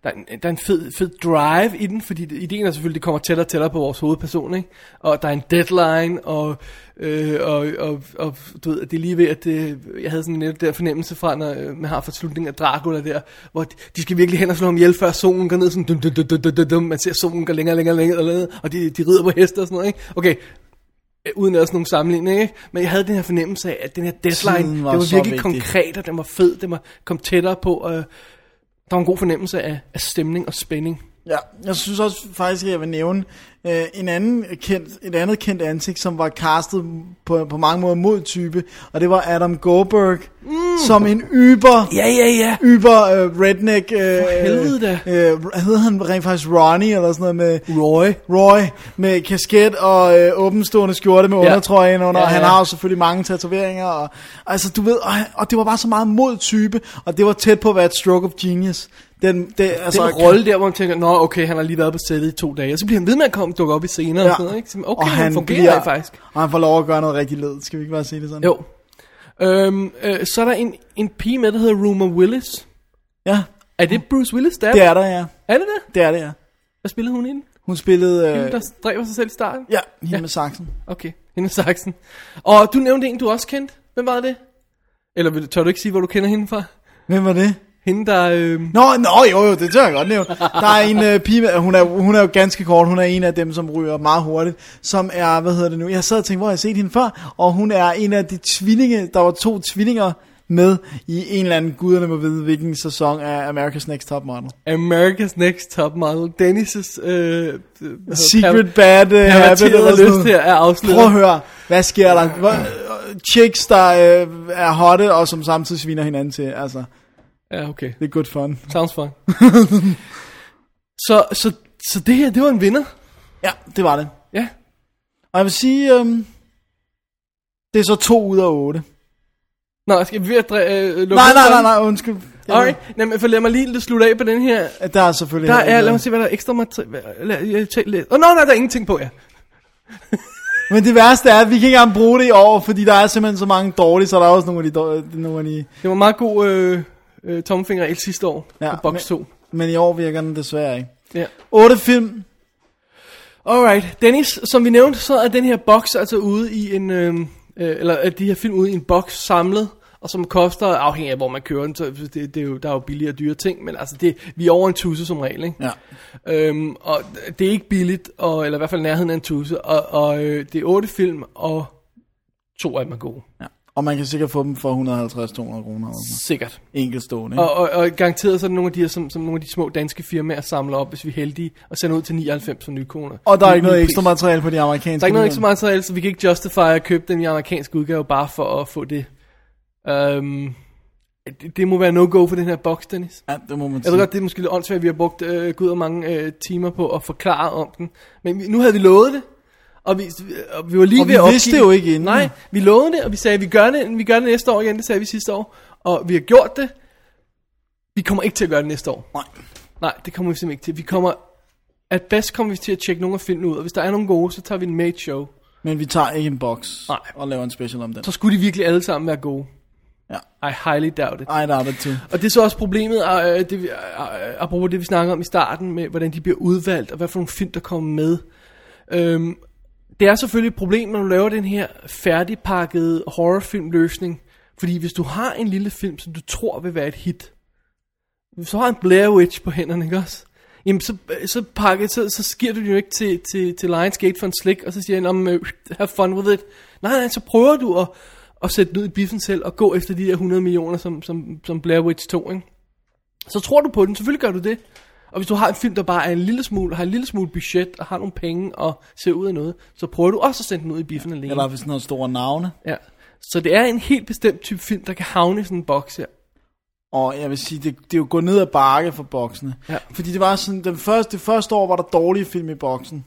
der er en, der er en fed, fed drive i den, fordi ideen er selvfølgelig, at det kommer tættere og tættere på vores hovedperson, ikke? Og der er en deadline, og, øh, og, og, og du ved, det er lige ved, at det, jeg havde sådan en der fornemmelse fra, når man har forslutningen af Dracula der, hvor de, de skal virkelig hen og slå ham ihjel, før solen går ned, sådan dum, dum, dum, dum, dum, dum. Man ser solen går længere, længere, længere, længere, og de, de rider på heste og sådan noget, ikke? Okay, uden også nogle sammenligninger, ikke? Men jeg havde den her fornemmelse af, at den her deadline, var det var virkelig vigtig. Konkret, og den var fed, den var kom tættere på, og der var en god fornemmelse af, af stemning og spænding. Ja, jeg synes også faktisk, at jeg vil nævne øh, en anden kendt, et andet kendt ansigt, som var castet på, på mange måder mod type, og det var Adam Goldberg, mm. som en yber, ja, ja, ja. yber øh, redneck, øh, helvede da. Øh, hedder han rent faktisk Ronnie, eller sådan noget med, Roy, Roy, med kasket og øh, åbenstående skjorte med ja. undertrøje under, ja, ja. Og han har jo selvfølgelig mange tatoveringer, og, altså du ved, og, og det var bare så meget mod type, og det var tæt på at være et stroke of genius. Den, det, altså, den rolle der, hvor man tænker, nå okay, han har lige været på sættet i to dage, og så bliver han ved med at komme dukke op i scener, ja. Og sådan noget, ikke? Så, okay, og han, han fungerer bliver, faktisk. Og han får lov at gøre noget rigtig led, skal vi ikke bare sige det sådan? Jo. Øhm, øh, så er der en, en pige med, der hedder Rumor Willis. Ja. Er det Bruce Willis, der? Det er der, ja. Er det det? Det er det, ja. Hvad spillede hun i den? Hun spillede... Øh... Hende, der dræber sig selv i starten? Ja, hende ja. med saksen. Okay, hende med saksen. Og du nævnte en, du også kendte. Hvem var det? Eller tør du ikke sige, hvor du kender hende fra? Hvem var det? Hende der... Øh... Nå, nå, jo, jo, det tør jeg godt nævne. Der er en øh, pige, hun er, hun er jo ganske kort, hun er en af dem, som ryger meget hurtigt, som er, hvad hedder det nu, jeg sad og tænkte, hvor har jeg set hende før, og hun er en af de tvillinge, der var to tvillinger med i en eller anden, guderne må vide, hvilken sæson af America's Next Top Model. America's Next Top Model. Dennis' øh, Secret per- Bad uh, Habit, eller sådan lyst her er afsløret. Prøv at høre, hvad sker der? Chicks, der øh, er hotte, og som samtidig sviner hinanden til, altså... Ja, okay. Det er good fun. Sounds fun. så, så, så det her, det var en vinder? Ja, det var det. Ja. Og jeg vil sige, øhm, det er så to ud af otte. Nå, skal vi ved at dræ- øh, lukke Nej, nej, nej, nej, undskyld. Alright, nej, men for lad mig lige slutte af på den her. Der er selvfølgelig... Der er, lad mig se, hvad der er ekstra materiale. Åh, nå, nej, der er ingenting på, ja. Men det værste er, at vi kan ikke engang bruge det i år, fordi der er simpelthen så mange dårlige, så der er også nogle af de... Dårlige, nogle af de... Det var meget god... Øh Øh, tommelfingerregel sidste år ja, på box to. Men i år virker den desværre ikke. Ja. otte film. Alright, Dennis, som vi nævnte, så er den her box altså ude i en øh, øh, eller er de her film ude i en box samlet, og som koster, afhængig af hvor man kører den, så det, det er jo, der er jo billige og dyre ting, men altså det, vi er over en tusse som regel, ikke? Ja. Øhm, og det er ikke billigt, og, eller i hvert fald nærheden af en tusse, og, og øh, det er otte film, og to af dem er gode. Ja. Og man kan sikkert få dem for et hundrede og halvtreds til to hundrede kroner. Sikkert. Enkeltstående. Og, og, og garanteret så er det nogle af de her, som, som nogle af de små danske firmaer samler op, hvis vi er heldige, og sender ud til nioghalvfems for nye kroner. Og der er ikke noget ekstra materiale på de amerikanske. Der er ikke noget ekstra materiale, så vi kan ikke justify at købe den i amerikanske udgave, bare for at få det. Um, det, det må være no-go for den her box, Dennis. Ja, det må man sige. Jeg ved godt, det er måske lidt åndssvagt, vi har brugt øh, gud og mange øh, timer på at forklare om den. Men vi, nu havde vi lovet det. Og vi, og vi var lige og ved at vi vidste det jo ikke inden. Nej, vi lovede det, og vi sagde, at vi gør det, vi gør det næste år igen. Det sagde vi sidste år. Og vi har gjort det. Vi kommer ikke til at gøre det næste år. Nej. Nej, det kommer vi simpelthen ikke til. Vi kommer, at bedst kommer vi til at tjekke nogle af filmene ud. Og hvis der er nogle gode, så tager vi en made show. Men vi tager ikke en box. Nej. Og laver en special om den. Så skulle de virkelig alle sammen være gode. Ja. I highly doubt it. I doubt it too. Og det er så også problemet, og, øh, det, øh, apropos det vi snakker om i starten, med hvordan de bliver udvalgt, og hvad for nogle film, der kommer med. Øhm, Det er selvfølgelig et problem, når du laver den her færdigpakkede horrorfilmløsning. Fordi hvis du har en lille film, som du tror vil være et hit, hvis du har en Blair Witch på hænderne, ikke også? Jamen så, så, pakke, så, så giver du den jo ikke til, til, til Lionsgate for en slik, og så siger han, uh, have fun with it. Nej, nej, så prøver du at, at sætte den ud i biffen selv, og gå efter de der hundrede millioner, som, som, som Blair Witch tog, ikke? Så tror du på den, selvfølgelig gør du det. Og hvis du har en film, der bare er en lille smule, har en lille smule budget, og har nogle penge, og ser ud af noget, så prøver du også at sende den ud i biffen alene. Eller hvis den har store navne. Ja. Så det er en helt bestemt type film, der kan havne i sådan en boks her. Og jeg vil sige, det, det er jo gået ned ad bakke for boksene. Ja. Fordi det var sådan, den første, det første år var der dårlige film i boksen.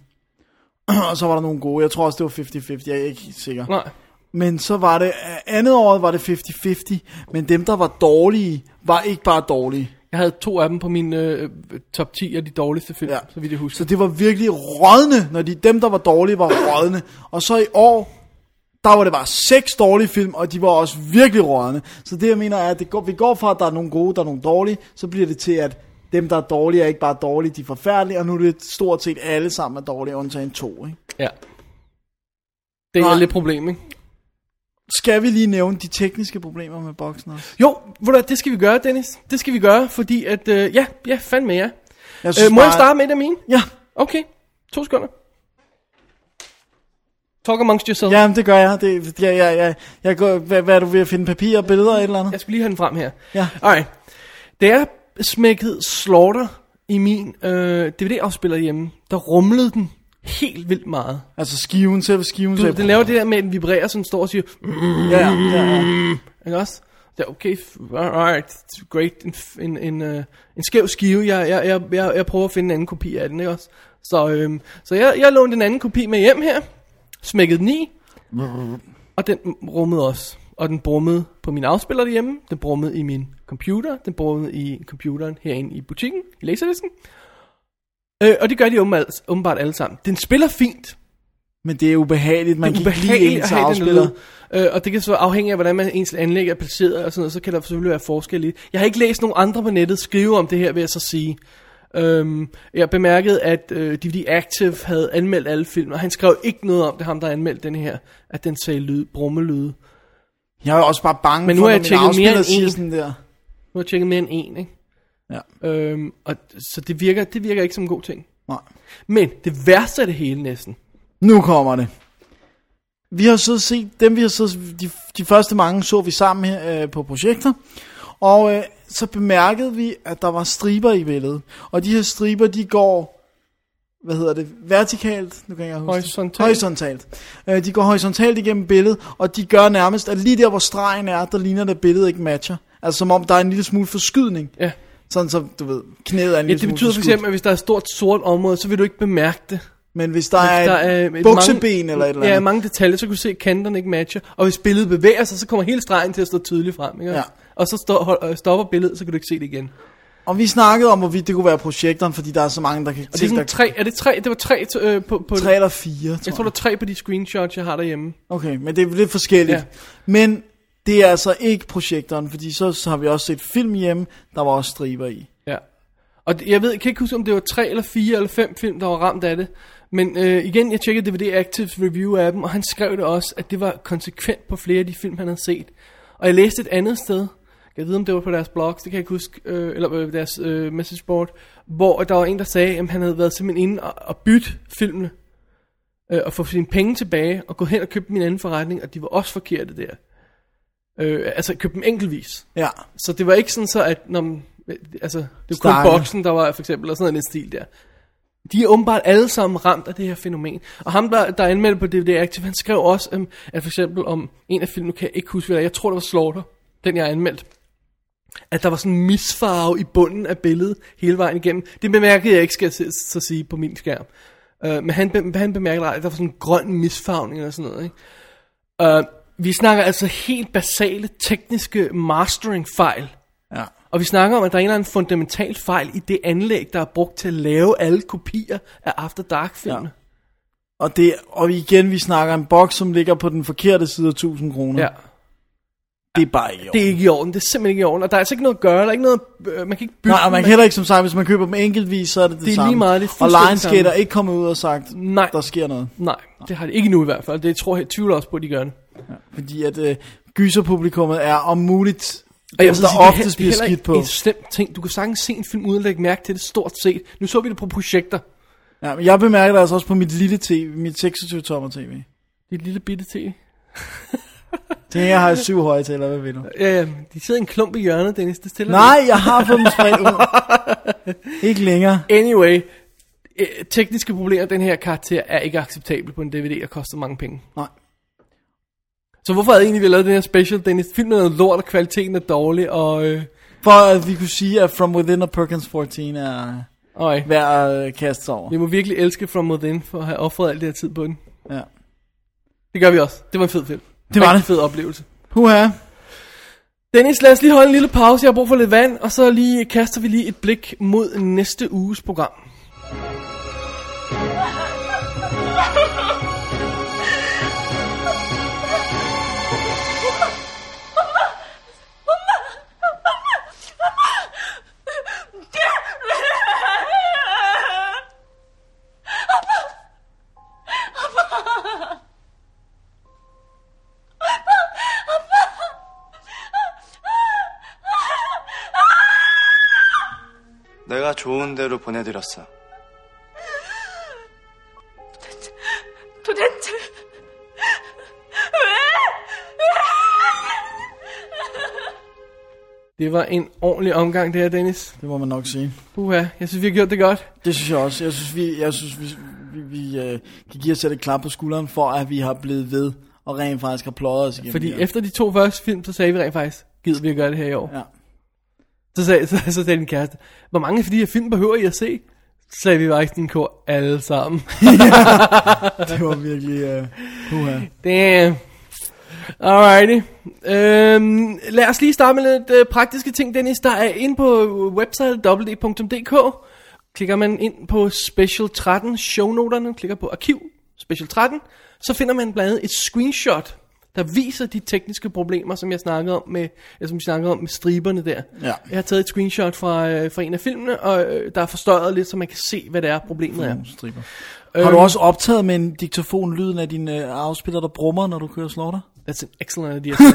Og så var der nogle gode. Jeg tror også, det var halvtreds halvtreds. Jeg er ikke helt sikker. Nej. Men så var det, andet året var det halvtreds halvtreds. Men dem, der var dårlige, var ikke bare dårlige. Jeg havde to af dem på min øh, top ti af de dårligste film, ja. Så vidt jeg husker. Så det var virkelig rådne, når de, dem, der var dårlige, var rådne. Og så i år, der var det bare seks dårlige film, og de var også virkelig rådne. Så det, jeg mener, er, at det går, vi går fra, at der er nogle gode, der er nogle dårlige, så bliver det til, at dem, der er dårlige, er ikke bare dårlige, de er forfærdelige, og nu er det stort set alle sammen er dårlige, undtagen to, ikke? Ja. Det er Nej. lidt problem, ikke? Skal vi lige nævne de tekniske problemer med boksen også? Jo, ved du hvad, det skal vi gøre, Dennis. Det skal vi gøre, fordi at, øh, ja, ja, fandme ja. Jeg synes Øh, må bare, jeg starte med et af mine? Ja, Okay, to sekunder. Talk amongst yourself. ja, det gør jeg. Det, ja, ja, ja. Jeg går, hvad, hvad er du ved at finde papir og billeder og et eller andet? Jeg skal lige have den frem her. Ja. Alright. Da jeg smækkede Slaughter i min øh, D V D-afspiller hjemme, der rumlede den helt vildt meget. Altså skiven, selve skiven. Du, selv. den laver det der med, at den vibrerer, så den står og siger, Ja, ja, ja. ikke også? Det er okay, alright, great, en, en, en, uh, en skæv skive, jeg, jeg, jeg, jeg, jeg prøver at finde en anden kopi af den, ikke også? Så, øhm, så jeg, jeg lånte en anden kopi med hjem her, smækkede den i, og den rummede også. Og den brummede på min afspiller derhjemme, den brummede i min computer, den brummede i computeren herinde i butikken, i laserdisken. Øh, og det gør de åbenbart, åbenbart alle sammen. Den spiller fint. Men det er ubehageligt, man Det er kan ikke lide ubehageligt ens at have den afspiller. lyd. Øh, og det kan så afhænge af, hvordan man ens anlæg er placeret og sådan noget, så kan der selvfølgelig være forskel i det. Jeg har ikke læst nogen andre på nettet skrive om det her, vil jeg så sige. Øhm, jeg bemærkede, at øh, D V D Active havde anmeldt alle film, og han skrev ikke noget om det, ham der anmeldte den her, at den sagde lyd, brummelyd. Jeg er også bare bange Men nu for, har jeg når min tjekket mere afspiller end siger en. sådan der. Nu har jeg tjekket mere end en, ikke? Ja. Øhm, og, så det virker, det virker ikke som en god ting. Nej. Men det værste af det hele næsten. Nu kommer det. Vi har så set, dem vi har så, de, de første mange så vi sammen her øh, på projekter, og øh, så bemærkede vi, at der var striber i billedet, og de her striber, de går, hvad hedder det, vertikalt, nu kan jeg huske Horisontalt. det. Horisontalt. Øh, de går horisontalt igennem billedet, og de gør nærmest, at lige der, hvor stregen er, der ligner det, at billedet ikke matcher. Altså som om der er en lille smule forskydning. Ja. Sådan så, du ved, knæet er en Ja, lille det smule betyder for forskudt. eksempel, at hvis der er et stort sort område, så vil du ikke bemærke det. Men hvis der Hvis er, der et er et bukseben mange, eller et eller Ja, andet. mange detaljer, så kan du se, at kanterne ikke matcher. Og hvis billedet bevæger sig, så kommer hele stregen til at stå tydeligt frem. Ikke? Ja. Og så stå, hold, øh, stopper billedet, så kan du ikke se det igen. Og vi snakkede om, hvorvidt det kunne være projektoren, fordi der er så mange, der kan... Og det er sådan tre, er det tre? Det var tre øh, på, på Tre eller fire, tror jeg tror, der er tre på de screenshots, jeg har derhjemme. Okay, men det er lidt forskelligt. Ja. Men det er altså ikke projektoren, fordi så, så har vi også set film hjemme, der var også striber i. Ja. Og det- jeg ved, jeg kan ikke huske, om det var tre eller fire eller fem film, der var ramt af det. Men øh, igen, jeg tjekkede D V D Actives review af dem, og han skrev det også, at det var konsekvent på flere af de film, han havde set. Og jeg læste et andet sted, jeg ved, om det var på deres blogs, det kan jeg ikke huske, øh, eller øh, deres øh, messageboard, hvor der var en, der sagde, at han havde været simpelthen inde og, og bytte filmene, øh, og få sine penge tilbage, og gå hen og købe dem i en anden forretning, og de var også forkerte der. Øh, altså købe dem enkeltvis. Ja. Så det var ikke sådan så, at når man, altså, det var kun Stakke. boksen, der var for eksempel, og sådan en stil der. De er åbenbart alle sammen ramt af det her fænomen. Og ham, der, der anmeldte på D V D Active, han skrev også, um, at for eksempel om en af filmene, nu kan jeg ikke huske, hvad det er, jeg tror, det var Slaughter, den jeg anmeldt, at der var sådan en misfarve i bunden af billedet hele vejen igennem. Det bemærkede jeg ikke, skal jeg så sige, på min skærm. Uh, men han, be, han bemærkede, at der var sådan en grøn misfarvning eller sådan noget. Ikke? Uh, vi snakker altså helt basale tekniske mastering-fejl. Ja. Og vi snakker om, at der er en eller anden fundamental fejl i det anlæg, der er brugt til at lave alle kopier af After Dark-filmene. Og, det, og igen, vi snakker en boks, som ligger på den forkerte side af tusind kroner. Ja. Det er bare ikke i orden. Det er ikke i orden, det er simpelthen ikke i orden. Og der er altså ikke noget at gøre, der er ikke noget, øh, man kan ikke bygge Nej, og man kan heller ikke, som sagt, hvis man køber dem enkeltvis, så er det det, Det er samme. lige meget, det er og fuldstændig Lionsgate samme. er ikke kommet ud og sagt, Nej. der sker noget. Nej, det har det ikke nu i hvert fald. Det tror jeg tvivler også på, at de gør det. Fordi at øh, gyserpublikummet er om muligt, Og jeg dem, vil der sige, det er oftest he- bliver det er skidt heller på. ikke en slemt ting. Du kan sagtens se en film uden at lægge mærke til det stort set. Nu så vi det på projekter. Ja, men jeg bemærker det altså også på mit lille tv, mit seksogtyve tommer tv. Det er et lille bitte tv. Det her har jeg syv højtaler, hvad vil du? Ja, ja, de sidder i en klump i hjørnet, Dennis. Det stiller Nej, jeg har fået dem spredt ud. Ikke længere. Anyway, øh, tekniske problemer, den her karakter er ikke acceptabel på en D V D, der koster mange penge. Nej. Så hvorfor havde egentlig vi lavet den her special, Dennis? Filmen er noget lort, og kvaliteten er dårlig, og... Øh, For at vi kunne sige, at From Within og Perkins fjorten er øj, værd at øh, kaste sig over. vi må virkelig elske From Within, for at have offret alt det her tid på den. Ja. Det gør vi også. Det var en fed film. Det var Rigtig det. fed oplevelse. Puha. Dennis, lad os lige holde en lille pause. Jeg har brug for lidt vand, og så lige kaster vi lige et blik mod næste uges program. Get 내가 좋은 대로 보내드렸어. 도대체 Det var en ordentlig omgang, det her, Dennis. Det må man nok sige. Puha, jeg synes, vi har gjort det godt. Det synes jeg også. Jeg synes, vi, jeg synes, vi, vi, vi uh, kan give os selv et klap på skulderen for, at vi har blevet ved, og rent faktisk har pløjet os igennem. Fordi her. efter de to første film, så sagde vi rent faktisk, gider vi at gøre det her i år. Ja. Så sagde, så, så sagde din kæreste, hvor mange af de her film behøver I at se? Så sagde vi faktisk en kor alle sammen. Det var virkelig... Uh, puha. Damn. Alrighty. Øhm, lad os lige starte med lidt øh, praktiske ting, Dennis. Der er inde på website w w w punktum d k. Klikker man ind på Special tretten, shownoterne, klikker på arkiv, Special tretten, så finder man blandt andet et screenshot, der viser de tekniske problemer, som jeg snakkede om med, eller som vi snakkede om med striberne der. Ja. Jeg har taget et screenshot fra, øh, fra en af filmene, og øh, der er forstørret lidt, så man kan se, hvad det er, problemet er. Striber. Har du også optaget med en diktafon lyden af din øh, afspiller, der brummer, når du kører Slaughter? That's an excellent idea.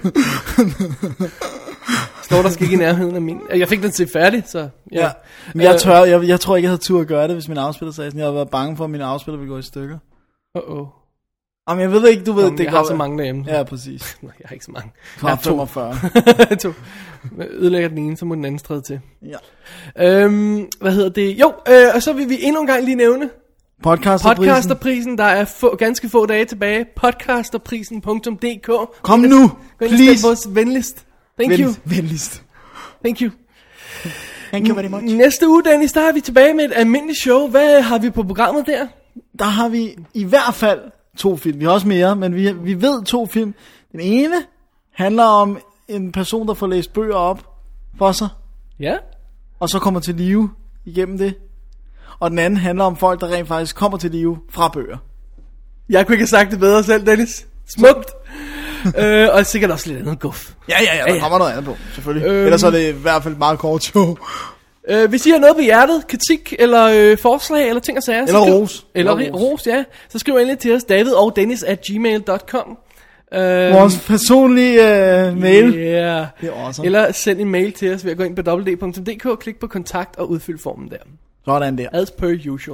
Slaughter skal ikke i nærheden af min. Jeg fik den til færdig, så... Ja. Ja. Men jeg, tør, jeg, jeg tror ikke, jeg havde tur at gøre det, hvis min afspiller sagde sådan. Jeg havde været bange for, at min afspiller ville gå i stykker. Uh-oh. Jamen, jeg ved ikke, du ved... Jamen, det jeg har så mange derhjemme. Ja, præcis. Nej, jeg har ikke så mange. Du har femogfyrre. to. Ødelægger den ene, så må den anden træde til. Ja. Øhm, hvad hedder det? Jo, øh, og så vil vi endnu en gang lige nævne Podcasterprisen. Podcasterprisen. Der er få, ganske få dage tilbage. podcasterprisen punktum d k. Kom nu, Gå ind og please. stil vores venlist. Thank you. Venligst. Thank you. Thank you very much. Næste uge, Dennis, der er vi tilbage med et almindeligt show. Hvad har vi på programmet der? Der har vi i hvert fald to film. Vi har også mere, men vi, vi ved to film. Den ene handler om en person, der får læst bøger op for sig, Ja. og så kommer til live igennem det. Og den anden handler om folk, der rent faktisk kommer til live fra bøger. Jeg kunne ikke have sagt det bedre selv, Dennis. Smukt. øh, og sikkert også lidt andet guf. Ja, ja, ja, der Ja, ja. kommer noget andet på, selvfølgelig. Øhm. Ellers er det i hvert fald et meget kort show. Øh, hvis I har noget på hjertet, kritik eller øh, forslag eller ting og sager, så Eller skriv- ros. Eller, Eller eller ros. ros. ja. Så skriv endelig til os, David og Dennis at gmail punktum com. Øh, Vores personlige uh, mail. Yeah. Det er awesome. Eller send en mail til os ved at gå ind på w w w punktum d k, klik på kontakt og udfyld formen der. Sådan der. As per usual.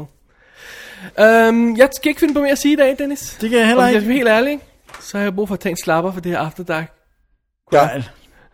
Um, jeg skal ikke finde på mere at sige i dag, Dennis. Det kan jeg heller Og hvis jeg ikke. skal være helt ærlig, så har jeg brug for at tage en slapper for det her After Dark. Gejl.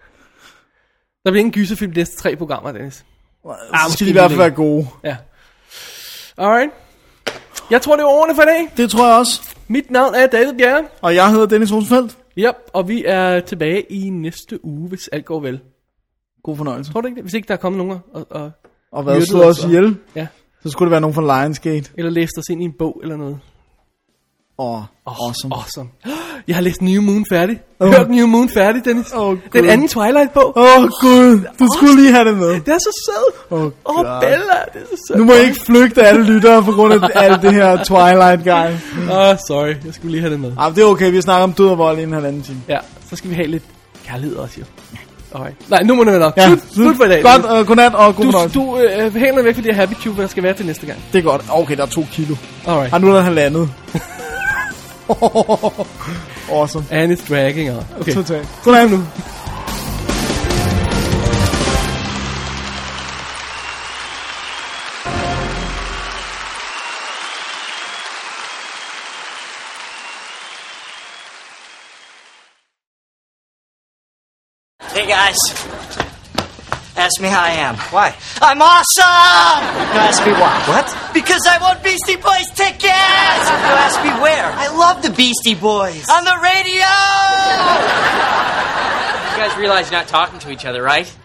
Der bliver ingen gyserfilm de næste tre programmer, Dennis. Så måske skal de i hvert fald lidt. være gode. Ja. Alright. Jeg tror, det var ordene for i dag. Det tror jeg også. Mit navn er David Bjerre. Og jeg hedder Dennis Rosenfeldt. Yep, og vi er tilbage i næste uge, hvis alt går vel. God fornøjelse. Tror du ikke det? Hvis ikke der er kommet nogen og, og Og hvad myrdet slår os og- ihjel? Ja, Så skulle det være nogen fra Lionsgate. eller læst os ind i en bog eller noget. Åh, oh, awesome. Awesome. Jeg har læst New Moon færdig. Oh. Hørt New Moon færdig, Dennis. Åh, Den Gud. anden Twilight-bog. Åh oh, gud, du skulle lige have det med. Det er så sød. Åh, Åh, oh, God. Bella, det er så sød. Nu må I ikke flygte alle lyttere på grund af alt det her Twilight-gej. Åh, oh, sorry. Jeg skulle lige have det med. Ah, det er okay, vi snakker om død og vold i en halvanden time. Ja, så skal vi have lidt kærlighed også, jo. Alright. Nej, nu må det være nok. Ja, Slut, slut for i dag. Godt, uh, godnat og god Du, fornøjelse. du øh, hænger væk fra det her Happy Tube, der skal være til næste gang. Det er godt. Okay, der er to kilo. Alright. Ah, nu er der halvandet. Awesome. And it's dragging on. Okay. Totalt. Godnat nu. Hey guys, ask me how I am. Why? I'm awesome! No, ask me why. What? Because I won Beastie Boys tickets! No, ask me where. I love the Beastie Boys. On the radio! You guys realize you're not talking to each other, right?